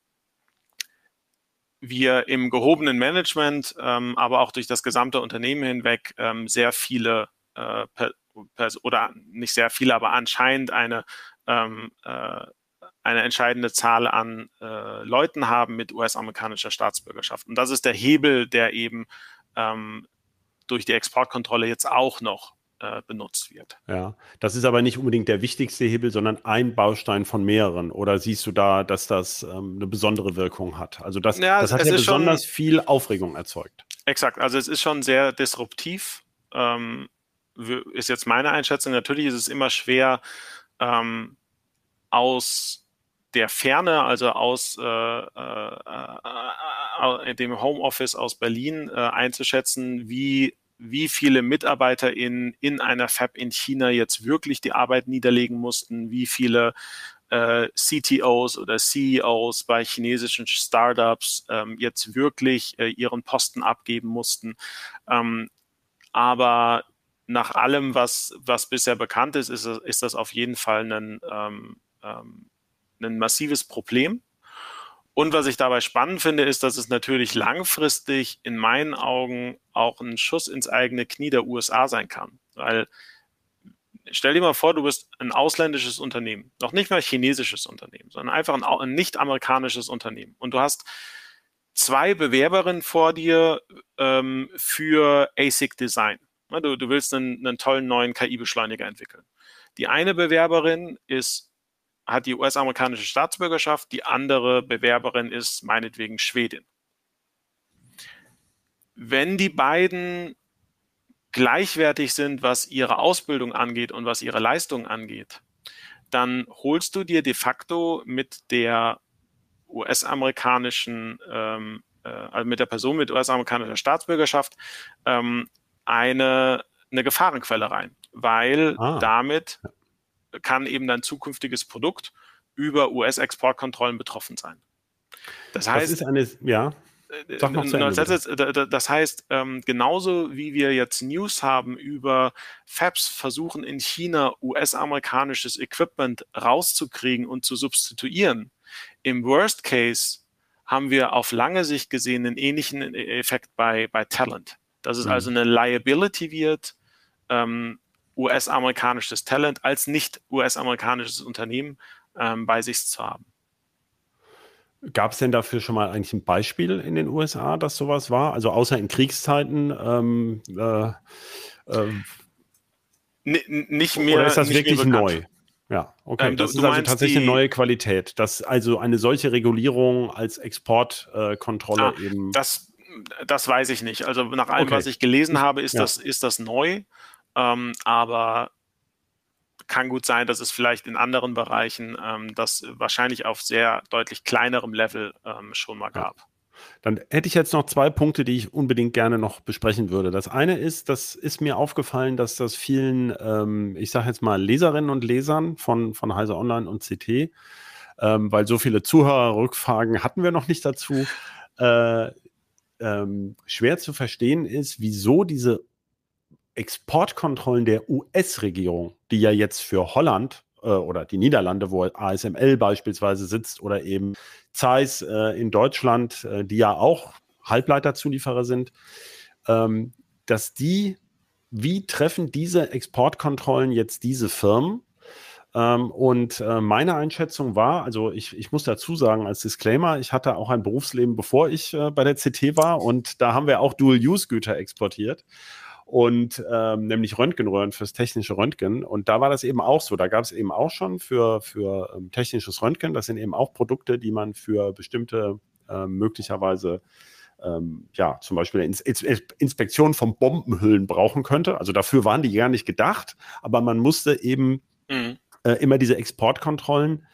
wir im gehobenen Management, ähm, aber auch durch das gesamte Unternehmen hinweg ähm, sehr viele äh, per, per, oder nicht sehr viele, aber anscheinend eine ähm, äh, eine entscheidende Zahl an äh, Leuten haben mit U S-amerikanischer Staatsbürgerschaft. Und das ist der Hebel, der eben ähm, durch die Exportkontrolle jetzt auch noch äh, benutzt wird. Ja, das ist aber nicht unbedingt der wichtigste Hebel, sondern ein Baustein von mehreren. Oder siehst du da, dass das ähm, eine besondere Wirkung hat? Also das, Ja, das hat es ja ist schon, besonders viel Aufregung erzeugt. exakt, also es ist schon sehr disruptiv, ähm, ist jetzt meine Einschätzung. Natürlich ist es immer schwer, ähm, aus der Ferne, also aus äh, äh, äh, dem Homeoffice aus Berlin äh, einzuschätzen, wie, wie viele Mitarbeiter in, in einer Fab in China jetzt wirklich die Arbeit niederlegen mussten, wie viele äh, C T Os oder C E Os bei chinesischen Startups ähm, jetzt wirklich äh, ihren Posten abgeben mussten. Ähm, aber nach allem, was, was bisher bekannt ist, ist, ist das auf jeden Fall ein, ähm, ähm, ein massives Problem. Und was ich dabei spannend finde, ist, dass es natürlich langfristig in meinen Augen auch ein Schuss ins eigene Knie der U S A sein kann. Weil stell dir mal vor, du bist ein ausländisches Unternehmen, noch nicht mal chinesisches Unternehmen, sondern einfach ein, ein nicht-amerikanisches Unternehmen. Und du hast zwei Bewerberinnen vor dir ähm, für A S I C-Design. Du, du willst einen, einen tollen neuen K I-Beschleuniger entwickeln. Die eine Bewerberin ist, hat die U S-amerikanische Staatsbürgerschaft, die andere Bewerberin ist meinetwegen Schwedin. Wenn die beiden gleichwertig sind, was ihre Ausbildung angeht und was ihre Leistung angeht, dann holst du dir de facto mit der U S-amerikanischen, ähm, äh, also mit der Person mit U S-amerikanischer Staatsbürgerschaft ähm, eine, eine Gefahrenquelle rein, weil Ah. damit kann eben dein zukünftiges Produkt über U S-Exportkontrollen betroffen sein. Das heißt, das ist eine, ja. Sag noch zu Ende, bitte. Das heißt, genauso wie wir jetzt News haben über Fabs versuchen in China U S-amerikanisches Equipment rauszukriegen und zu substituieren, im Worst Case haben wir auf lange Sicht gesehen einen ähnlichen Effekt bei, bei Talent. Dass es mhm. also eine Liability wird, ähm, U S-amerikanisches Talent als nicht U S-amerikanisches Unternehmen ähm, bei sich zu haben. Gab es denn dafür schon mal eigentlich ein Beispiel in den U S A, dass sowas war? Also außer in Kriegszeiten? Ähm, äh, äh, N- nicht mehr. Oder ist das nicht wirklich neu? Ja, okay. Ähm, du, das ist du also tatsächlich die, eine neue Qualität, dass also eine solche Regulierung als Exportkontrolle ah, eben. Das, das weiß ich nicht. Also nach allem, Okay. was ich gelesen ich, habe, ist, ja. das, ist das neu. Ähm, aber kann gut sein, dass es vielleicht in anderen Bereichen ähm, das wahrscheinlich auf sehr deutlich kleinerem Level ähm, schon mal gab. Ja. Dann hätte ich jetzt noch zwei Punkte, die ich unbedingt gerne noch besprechen würde. Das eine ist, das ist mir aufgefallen, dass das vielen, ähm, ich sage jetzt mal Leserinnen und Lesern von, von Heise Online und C T, ähm, weil so viele Zuhörerrückfragen hatten wir noch nicht dazu, äh, ähm, schwer zu verstehen ist, wieso diese Exportkontrollen der U S-Regierung, die ja jetzt für Holland äh, oder die Niederlande, wo A S M L beispielsweise sitzt, oder eben Zeiss äh, in Deutschland, äh, die ja auch Halbleiterzulieferer sind, ähm, dass die, wie treffen diese Exportkontrollen jetzt diese Firmen? Ähm, und äh, meine Einschätzung war, also ich, ich muss dazu sagen, als Disclaimer, ich hatte auch ein Berufsleben, bevor ich äh, bei der C T war, und da haben wir auch Dual-Use-Güter exportiert. Und ähm, nämlich Röntgenröhren fürs technische Röntgen. Und da war das eben auch so. Da gab es eben auch schon für, für ähm, technisches Röntgen, das sind eben auch Produkte, die man für bestimmte ähm, möglicherweise ähm, ja, zum Beispiel eine Ins- Ins- Inspektion von Bombenhüllen brauchen könnte. Also dafür waren die gar nicht gedacht, aber man musste eben mhm. äh, immer diese Exportkontrollen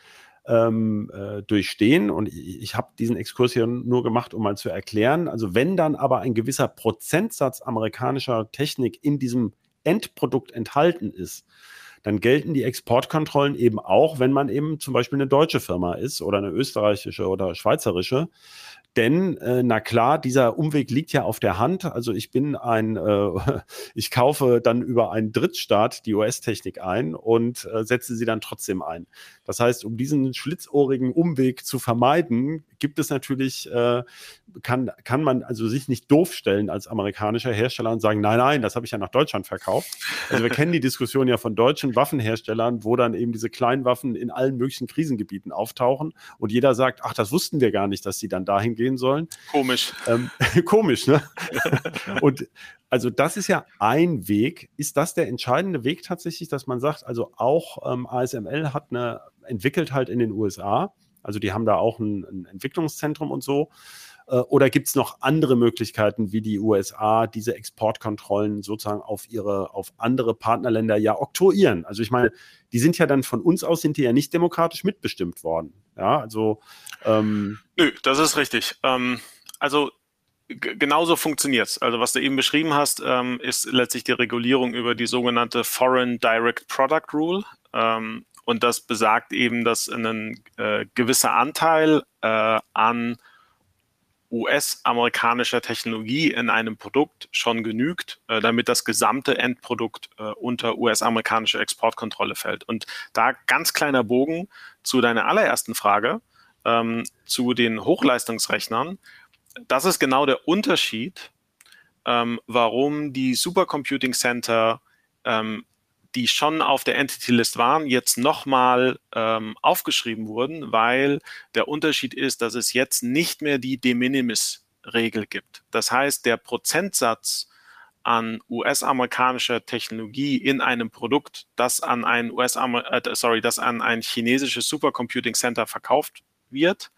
Ähm, äh, durchstehen. Und ich, ich habe diesen Exkurs hier nur gemacht, um mal zu erklären. Also wenn dann aber ein gewisser Prozentsatz amerikanischer Technik in diesem Endprodukt enthalten ist, dann gelten die Exportkontrollen eben auch, wenn man eben zum Beispiel eine deutsche Firma ist oder eine österreichische oder schweizerische. Denn, äh, na klar, dieser Umweg liegt ja auf der Hand. Also ich bin ein, äh, ich kaufe dann über einen Drittstaat die U S-Technik ein und äh, setze sie dann trotzdem ein. Das heißt, um diesen schlitzohrigen Umweg zu vermeiden, gibt es natürlich, äh, kann, kann man also sich nicht doof stellen als amerikanischer Hersteller und sagen, nein, nein, das habe ich ja nach Deutschland verkauft. Also wir kennen die Diskussion ja von deutschen Waffenherstellern, wo dann eben diese kleinen Waffen in allen möglichen Krisengebieten auftauchen und jeder sagt, ach, das wussten wir gar nicht, dass die dann dahin gehen sollen. Komisch. Ähm, komisch, ne? Und also das ist ja ein Weg. Ist das der entscheidende Weg tatsächlich, dass man sagt, also auch ähm, A S M L hat eine, entwickelt halt in den U S A, also die haben da auch ein, ein Entwicklungszentrum und so. Oder gibt es noch andere Möglichkeiten, wie die U S A diese Exportkontrollen sozusagen auf ihre, auf andere Partnerländer ja oktroyieren? Also ich meine, die sind ja dann von uns aus, sind die ja nicht demokratisch mitbestimmt worden. Ja, also ähm Nö, das ist richtig. Ähm, also g- genauso funktioniert es. Also was du eben beschrieben hast, ähm, ist letztlich die Regulierung über die sogenannte Foreign Direct Product Rule. Ähm, und das besagt eben, dass ein äh, gewisser Anteil äh, an U S-amerikanischer Technologie in einem Produkt schon genügt, äh, damit das gesamte Endprodukt äh, unter U S-amerikanische Exportkontrolle fällt. Und da ganz kleiner Bogen zu deiner allerersten Frage, ähm, zu den Hochleistungsrechnern. Das ist genau der Unterschied, ähm, warum die Supercomputing Center, ähm, die schon auf der Entity List waren, jetzt nochmal ähm, aufgeschrieben wurden, weil der Unterschied ist, dass es jetzt nicht mehr die De Minimis-Regel gibt. Das heißt, der Prozentsatz an U S-amerikanischer Technologie in einem Produkt, das an ein U S äh, sorry, das an ein chinesisches Supercomputing Center verkauft wird,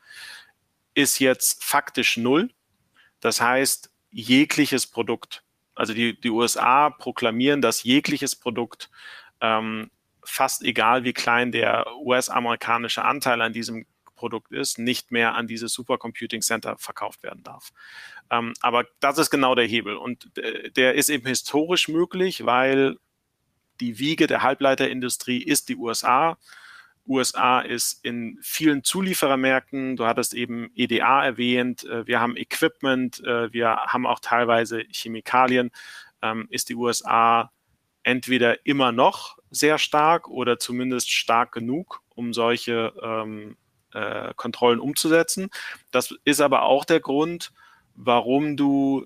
ist jetzt faktisch null. Das heißt, jegliches Produkt, also die, die U S A proklamieren, dass jegliches Produkt, ähm, fast egal wie klein der U S-amerikanische Anteil an diesem Produkt ist, nicht mehr an dieses Supercomputing Center verkauft werden darf. Ähm, aber das ist genau der Hebel. Und äh, der ist eben historisch möglich, weil die Wiege der Halbleiterindustrie ist die U S A. U S A ist in vielen Zulieferermärkten, du hattest eben E D A erwähnt, wir haben Equipment, wir haben auch teilweise Chemikalien, ist die U S A entweder immer noch sehr stark oder zumindest stark genug, um solche ähm, äh, Kontrollen umzusetzen. Das ist aber auch der Grund, warum du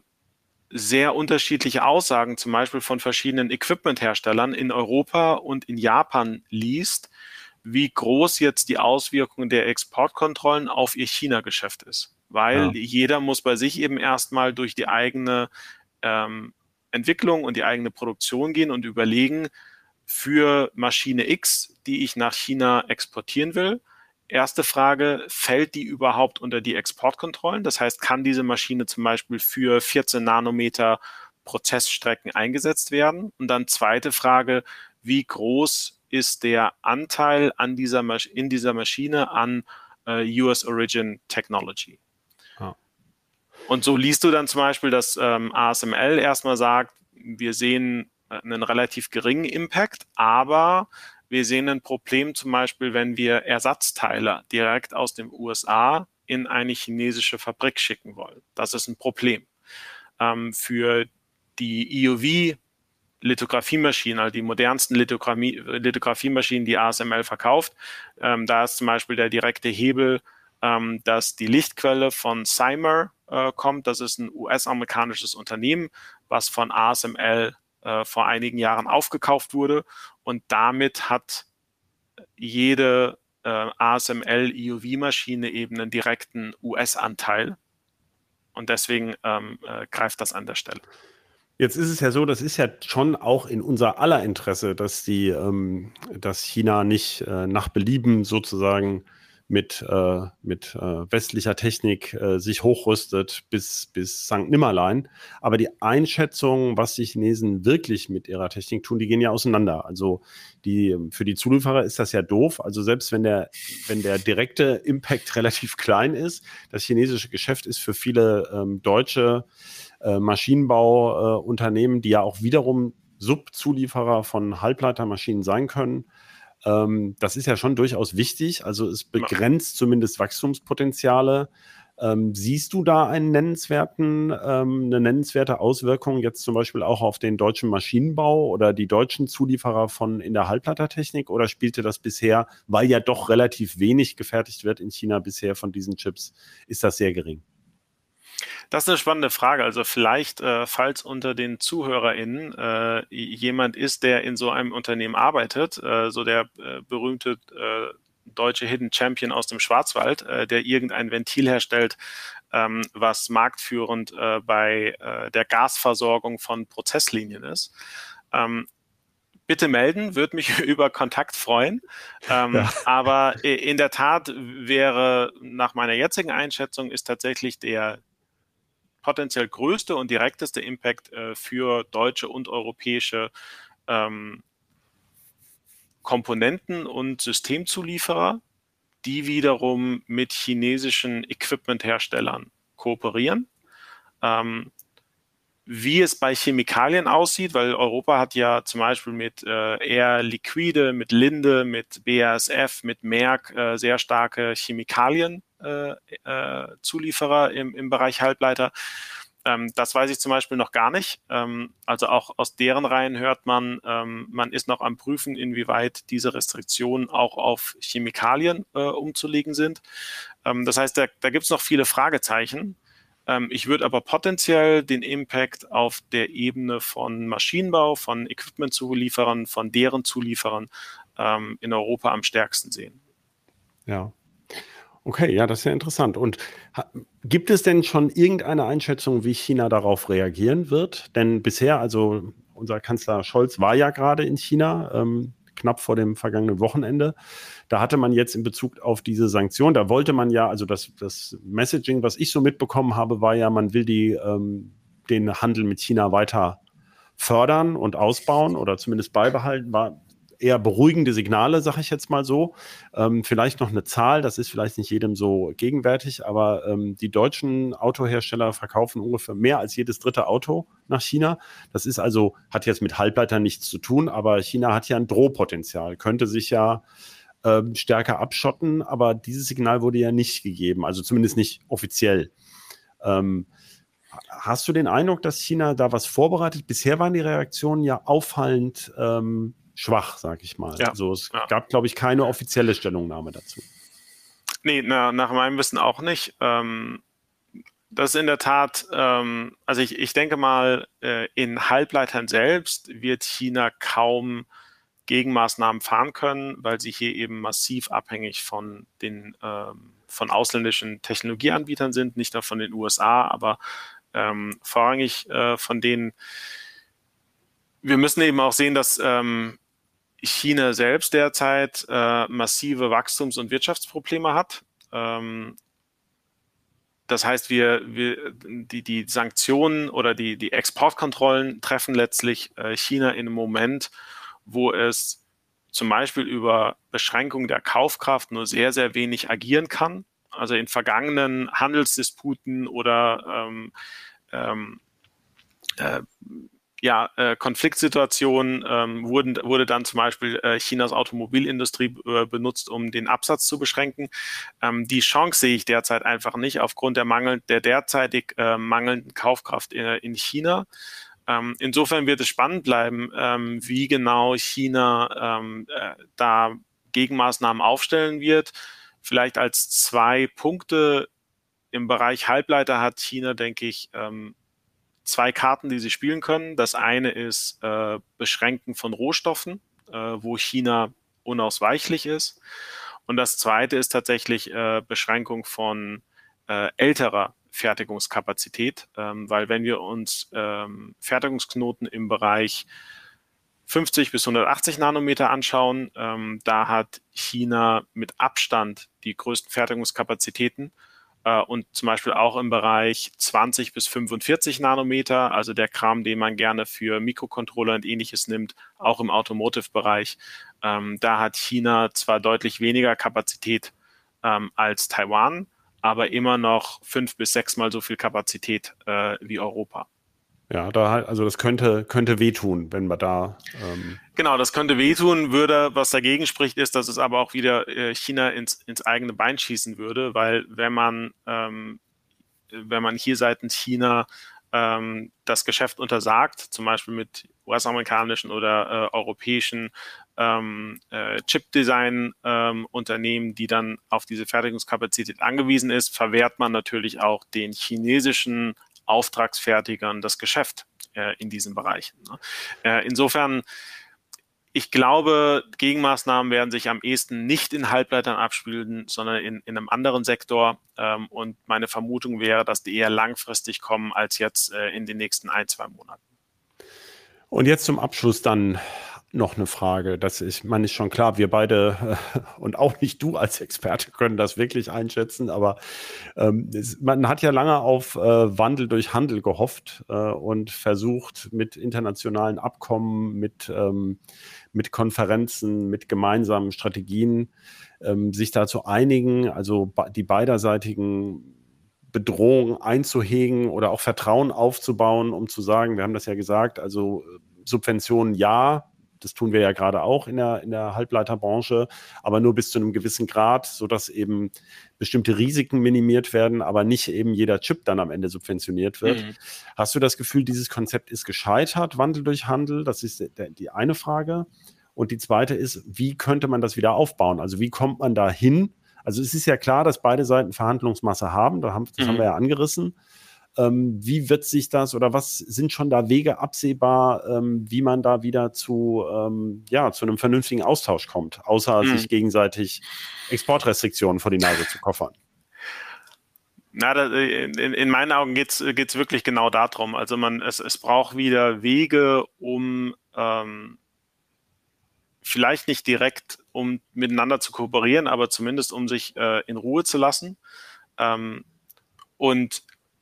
sehr unterschiedliche Aussagen zum Beispiel von verschiedenen Equipment-Herstellern in Europa und in Japan liest, wie groß jetzt die Auswirkungen der Exportkontrollen auf ihr China-Geschäft ist. Weil ja. jeder muss bei sich eben erstmal durch die eigene ähm, Entwicklung und die eigene Produktion gehen und überlegen, für Maschine X, die ich nach China exportieren will, erste Frage, fällt die überhaupt unter die Exportkontrollen? Das heißt, kann diese Maschine zum Beispiel für vierzehn Nanometer Prozessstrecken eingesetzt werden? Und dann zweite Frage, wie groß ist der Anteil an dieser Masch- in dieser Maschine an äh, U S Origin Technology? Ja. Und so liest du dann zum Beispiel, dass ähm, A S M L erstmal sagt, wir sehen äh, einen relativ geringen Impact, aber wir sehen ein Problem zum Beispiel, wenn wir Ersatzteile direkt aus den U S A in eine chinesische Fabrik schicken wollen. Das ist ein Problem. Ähm, für die E U V Lithografiemaschinen, also die modernsten Lithografie, Lithografiemaschinen, die A S M L verkauft. Ähm, da ist zum Beispiel der direkte Hebel, ähm, dass die Lichtquelle von Cymer äh, kommt. Das ist ein U S-amerikanisches Unternehmen, was von A S M L äh, vor einigen Jahren aufgekauft wurde. Und damit hat jede äh, A S M L-E U V-Maschine eben einen direkten U S-Anteil. Und deswegen ähm, äh, greift das an der Stelle. Jetzt ist es ja so, das ist ja schon auch in unser aller Interesse, dass die, ähm, dass China nicht äh, nach Belieben sozusagen mit, äh, mit äh, westlicher Technik äh, sich hochrüstet bis, bis Sankt Nimmerlein. Aber die Einschätzung, was die Chinesen wirklich mit ihrer Technik tun, die gehen ja auseinander. Also die, für die Zulieferer ist das ja doof. Also selbst wenn der, wenn der direkte Impact relativ klein ist, das chinesische Geschäft ist für viele ähm, deutsche äh, Maschinenbauunternehmen, äh, die ja auch wiederum Subzulieferer von Halbleitermaschinen sein können. Ähm, das ist ja schon durchaus wichtig. Also es begrenzt zumindest Wachstumspotenziale. Ähm, siehst du da einen nennenswerten, ähm, eine nennenswerte Auswirkung jetzt zum Beispiel auch auf den deutschen Maschinenbau oder die deutschen Zulieferer von in der Halbleitertechnik? Oder spielte das bisher, weil ja doch relativ wenig gefertigt wird in China bisher von diesen Chips, ist das sehr gering? Das ist eine spannende Frage. Also vielleicht, äh, falls unter den ZuhörerInnen äh, jemand ist, der in so einem Unternehmen arbeitet, äh, so der äh, berühmte äh, deutsche Hidden Champion aus dem Schwarzwald, äh, der irgendein Ventil herstellt, ähm, was marktführend äh, bei äh, der Gasversorgung von Prozesslinien ist. Ähm, Bitte melden, würde mich über Kontakt freuen. Ähm, ja. Aber in der Tat wäre nach meiner jetzigen Einschätzung ist tatsächlich der potenziell größte und direkteste Impact äh, für deutsche und europäische ähm, Komponenten und Systemzulieferer, die wiederum mit chinesischen Equipment-Herstellern kooperieren. Ähm, wie es bei Chemikalien aussieht, weil Europa hat ja zum Beispiel mit äh, Air Liquide, mit Linde, mit B A S F, mit Merck äh, sehr starke Chemikalien-Zulieferer äh, äh, im, im Bereich Halbleiter. Ähm, das weiß ich zum Beispiel noch gar nicht. Ähm, also auch aus deren Reihen hört man, ähm, man ist noch am Prüfen, inwieweit diese Restriktionen auch auf Chemikalien äh, umzulegen sind. Ähm, das heißt, da, da gibt es noch viele Fragezeichen. Ähm, ich würde aber potenziell den Impact auf der Ebene von Maschinenbau, von Equipment-Zulieferern, von deren Zulieferern ähm, in Europa am stärksten sehen. Ja. Okay, ja, das ist ja interessant. Und ha, gibt es denn schon irgendeine Einschätzung, wie China darauf reagieren wird? Denn bisher, also unser Kanzler Scholz war ja gerade in China, ähm, knapp vor dem vergangenen Wochenende. Da hatte man jetzt in Bezug auf diese Sanktionen, da wollte man ja, also das, das Messaging, was ich so mitbekommen habe, war ja, man will die, ähm, den Handel mit China weiter fördern und ausbauen oder zumindest beibehalten, war eher beruhigende Signale, sage ich jetzt mal so. Ähm, vielleicht noch eine Zahl, das ist vielleicht nicht jedem so gegenwärtig, aber ähm, die deutschen Autohersteller verkaufen ungefähr mehr als jedes dritte Auto nach China. Das ist also, hat jetzt mit Halbleitern nichts zu tun, aber China hat ja ein Drohpotenzial, könnte sich ja ähm, stärker abschotten, aber dieses Signal wurde ja nicht gegeben, also zumindest nicht offiziell. Ähm, hast du den Eindruck, dass China da was vorbereitet? Bisher waren die Reaktionen ja auffallend ähm, schwach, sag ich mal. Ja, also es ja. gab, glaube ich, keine offizielle Stellungnahme dazu. Nee, na, nach meinem Wissen auch nicht. Ähm, das ist in der Tat, ähm, also ich, ich denke mal, äh, in Halbleitern selbst wird China kaum Gegenmaßnahmen fahren können, weil sie hier eben massiv abhängig von den ähm, von ausländischen Technologieanbietern sind, nicht nur von den U S A, aber ähm, vorrangig äh, von denen. Wir müssen eben auch sehen, dass ähm, China selbst derzeit äh, massive Wachstums- und Wirtschaftsprobleme hat. Ähm, das heißt, wir, wir die, die Sanktionen oder die, die Exportkontrollen treffen letztlich äh, China in einem Moment, wo es zum Beispiel über Beschränkung der Kaufkraft nur sehr, sehr wenig agieren kann. Also in vergangenen Handelsdisputen oder ähm, ähm, äh, ja, äh, Konfliktsituationen ähm, wurden, wurde dann zum Beispiel äh, Chinas Automobilindustrie äh, benutzt, um den Absatz zu beschränken. Ähm, die Chance sehe ich derzeit einfach nicht aufgrund der, Mangel, der derzeitig äh, mangelnden Kaufkraft in, in China. Ähm, insofern wird es spannend bleiben, ähm, wie genau China ähm, äh, da Gegenmaßnahmen aufstellen wird. Vielleicht als zwei Punkte im Bereich Halbleiter hat China, denke ich, ähm, zwei Karten, die sie spielen können. Das eine ist äh, Beschränken von Rohstoffen, äh, wo China unausweichlich ist. Und das zweite ist tatsächlich äh, Beschränkung von äh, älterer Fertigungskapazität, ähm, weil wenn wir uns ähm, Fertigungsknoten im Bereich fünfzig bis hundertachtzig Nanometer anschauen, ähm, da hat China mit Abstand die größten Fertigungskapazitäten. Und zum Beispiel auch im Bereich zwanzig bis fünfundvierzig Nanometer, also der Kram, den man gerne für Mikrocontroller und ähnliches nimmt, auch im Automotive-Bereich. Ähm, da hat China zwar deutlich weniger Kapazität ähm, als Taiwan, aber immer noch fünf bis sechsmal so viel Kapazität äh, wie Europa. Ja, da halt, also das könnte, könnte wehtun, wenn wir da. Ähm Genau, das könnte wehtun, würde, was dagegen spricht, ist, dass es aber auch wieder äh, China ins, ins eigene Bein schießen würde, weil wenn man, ähm, wenn man hier seitens China ähm, das Geschäft untersagt, zum Beispiel mit U S-amerikanischen oder äh, europäischen ähm, äh, Chip-Design-Unternehmen, ähm, die dann auf diese Fertigungskapazität angewiesen ist, verwehrt man natürlich auch den chinesischen Auftragsfertigern das Geschäft äh, in diesen Bereichen. Ne? Äh, insofern, ich glaube, Gegenmaßnahmen werden sich am ehesten nicht in Halbleitern abspielen, sondern in, in einem anderen Sektor. Ähm, und meine Vermutung wäre, dass die eher langfristig kommen als jetzt äh, in den nächsten ein, zwei Monaten. Und jetzt zum Abschluss dann noch eine Frage. Das ist, man ist schon klar, wir beide äh, und auch nicht du als Experte können das wirklich einschätzen, aber ähm, es, man hat ja lange auf äh, Wandel durch Handel gehofft äh, und versucht mit internationalen Abkommen, mit, ähm, mit Konferenzen, mit gemeinsamen Strategien ähm, sich da zu einigen, also die beiderseitigen Bedrohungen einzuhegen oder auch Vertrauen aufzubauen, um zu sagen, wir haben das ja gesagt, also Subventionen ja, das tun wir ja gerade auch in der, in der Halbleiterbranche, aber nur bis zu einem gewissen Grad, sodass eben bestimmte Risiken minimiert werden, aber nicht eben jeder Chip dann am Ende subventioniert wird. Mhm. Hast du das Gefühl, dieses Konzept ist gescheitert, Wandel durch Handel? Das ist die eine Frage. Und die zweite ist, wie könnte man das wieder aufbauen? Also wie kommt man da hin? Also es ist ja klar, dass beide Seiten Verhandlungsmasse haben, das haben, das mhm. haben wir ja angerissen. Ähm, wie wird sich das oder was sind schon da Wege absehbar, ähm, wie man da wieder zu, ähm, ja, zu einem vernünftigen Austausch kommt, außer mhm. sich gegenseitig Exportrestriktionen vor die Nase zu koffern? Na, da, in, in meinen Augen geht es wirklich genau darum. Also man, es, es braucht wieder Wege, um ähm, vielleicht nicht direkt, um miteinander zu kooperieren, aber zumindest um sich äh, in Ruhe zu lassen. Ähm, und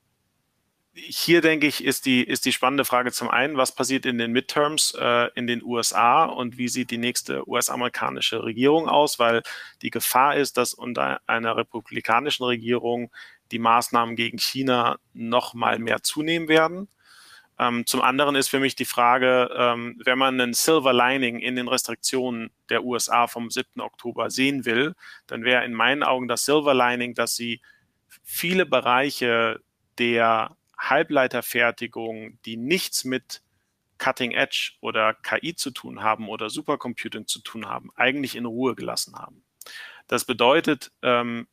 hier, denke ich, ist die, ist die spannende Frage zum einen, was passiert in den Midterms äh, in den U S A und wie sieht die nächste U S-amerikanische Regierung aus, weil die Gefahr ist, dass unter einer republikanischen Regierung die Maßnahmen gegen China noch mal mehr zunehmen werden. Ähm, zum anderen ist für mich die Frage, ähm, wenn man einen Silver Lining in den Restriktionen der U S A vom siebten Oktober sehen will, dann wäre in meinen Augen das Silver Lining, dass sie viele Bereiche der Halbleiterfertigung, die nichts mit Cutting Edge oder K I zu tun haben oder Supercomputing zu tun haben, eigentlich in Ruhe gelassen haben. Das bedeutet, ähm,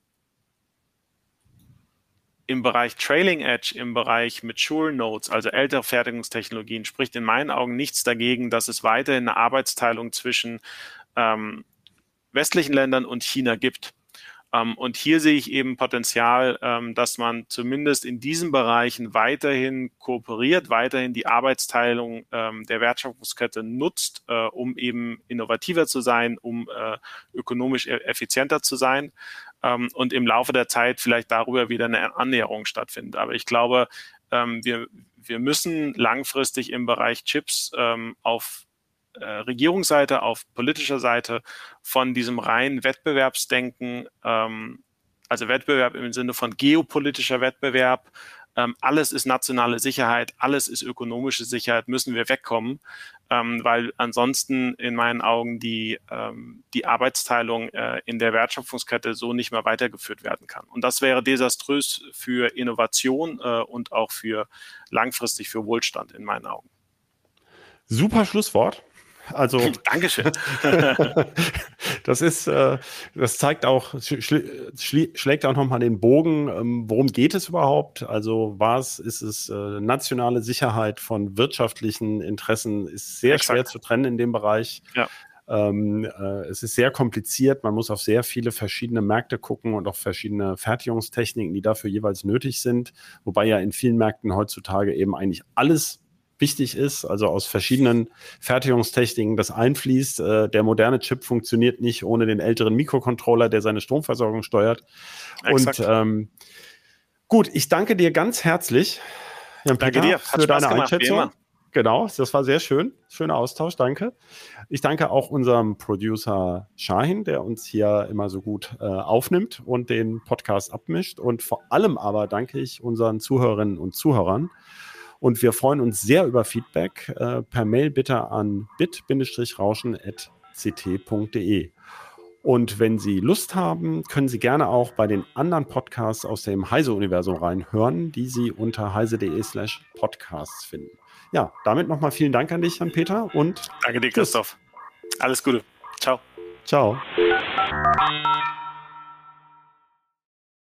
im Bereich Trailing Edge, im Bereich Mature Nodes, also ältere Fertigungstechnologien, spricht in meinen Augen nichts dagegen, dass es weiterhin eine Arbeitsteilung zwischen ähm, westlichen Ländern und China gibt. Ähm, und hier sehe ich eben Potenzial, ähm, dass man zumindest in diesen Bereichen weiterhin kooperiert, weiterhin die Arbeitsteilung ähm, der Wertschöpfungskette nutzt, äh, um eben innovativer zu sein, um äh, ökonomisch e- effizienter zu sein. Ähm, und im Laufe der Zeit vielleicht darüber wieder eine Annäherung stattfindet. Aber ich glaube, ähm, wir, wir müssen langfristig im Bereich Chips ähm, auf äh, Regierungsseite, auf politischer Seite von diesem reinen Wettbewerbsdenken, ähm, also Wettbewerb im Sinne von geopolitischer Wettbewerb, ähm, alles ist nationale Sicherheit, alles ist ökonomische Sicherheit, müssen wir wegkommen, ähm, weil ansonsten in meinen Augen die, ähm, die Arbeitsteilung äh, in der Wertschöpfungskette so nicht mehr weitergeführt werden kann. Und das wäre desaströs für Innovation äh, und auch für langfristig für Wohlstand in meinen Augen. Super Schlusswort. Also Dankeschön. Das ist, äh, das zeigt auch, schl schl schlägt auch nochmal den Bogen. Ähm, worum geht es überhaupt? Also was ist es? Äh, nationale Sicherheit von wirtschaftlichen Interessen ist sehr Exakt. schwer zu trennen in dem Bereich. Ja. Ähm, äh, es ist sehr kompliziert. Man muss auf sehr viele verschiedene Märkte gucken und auf verschiedene Fertigungstechniken, die dafür jeweils nötig sind. Wobei ja in vielen Märkten heutzutage eben eigentlich alles wichtig ist, also aus verschiedenen Fertigungstechniken das einfließt. Äh, der moderne Chip funktioniert nicht ohne den älteren Mikrocontroller, der seine Stromversorgung steuert. Exakt. Und ähm, gut, ich danke dir ganz herzlich, Jan-Peter, danke dir. für deine gemacht, Einschätzung. Genau, das war sehr schön. Schöner Austausch, danke. Ich danke auch unserem Producer Shahin, der uns hier immer so gut äh, aufnimmt und den Podcast abmischt. Und vor allem aber danke ich unseren Zuhörerinnen und Zuhörern. Und wir freuen uns sehr über Feedback. Äh, per Mail bitte an bit rauschen at c t punkt d e. Und wenn Sie Lust haben, können Sie gerne auch bei den anderen Podcasts aus dem Heise-Universum reinhören, die Sie unter heise.de slash podcasts finden. Ja, damit nochmal vielen Dank an dich, Jan-Peter. Und danke dir, Christoph. Alles Gute. Ciao. Ciao.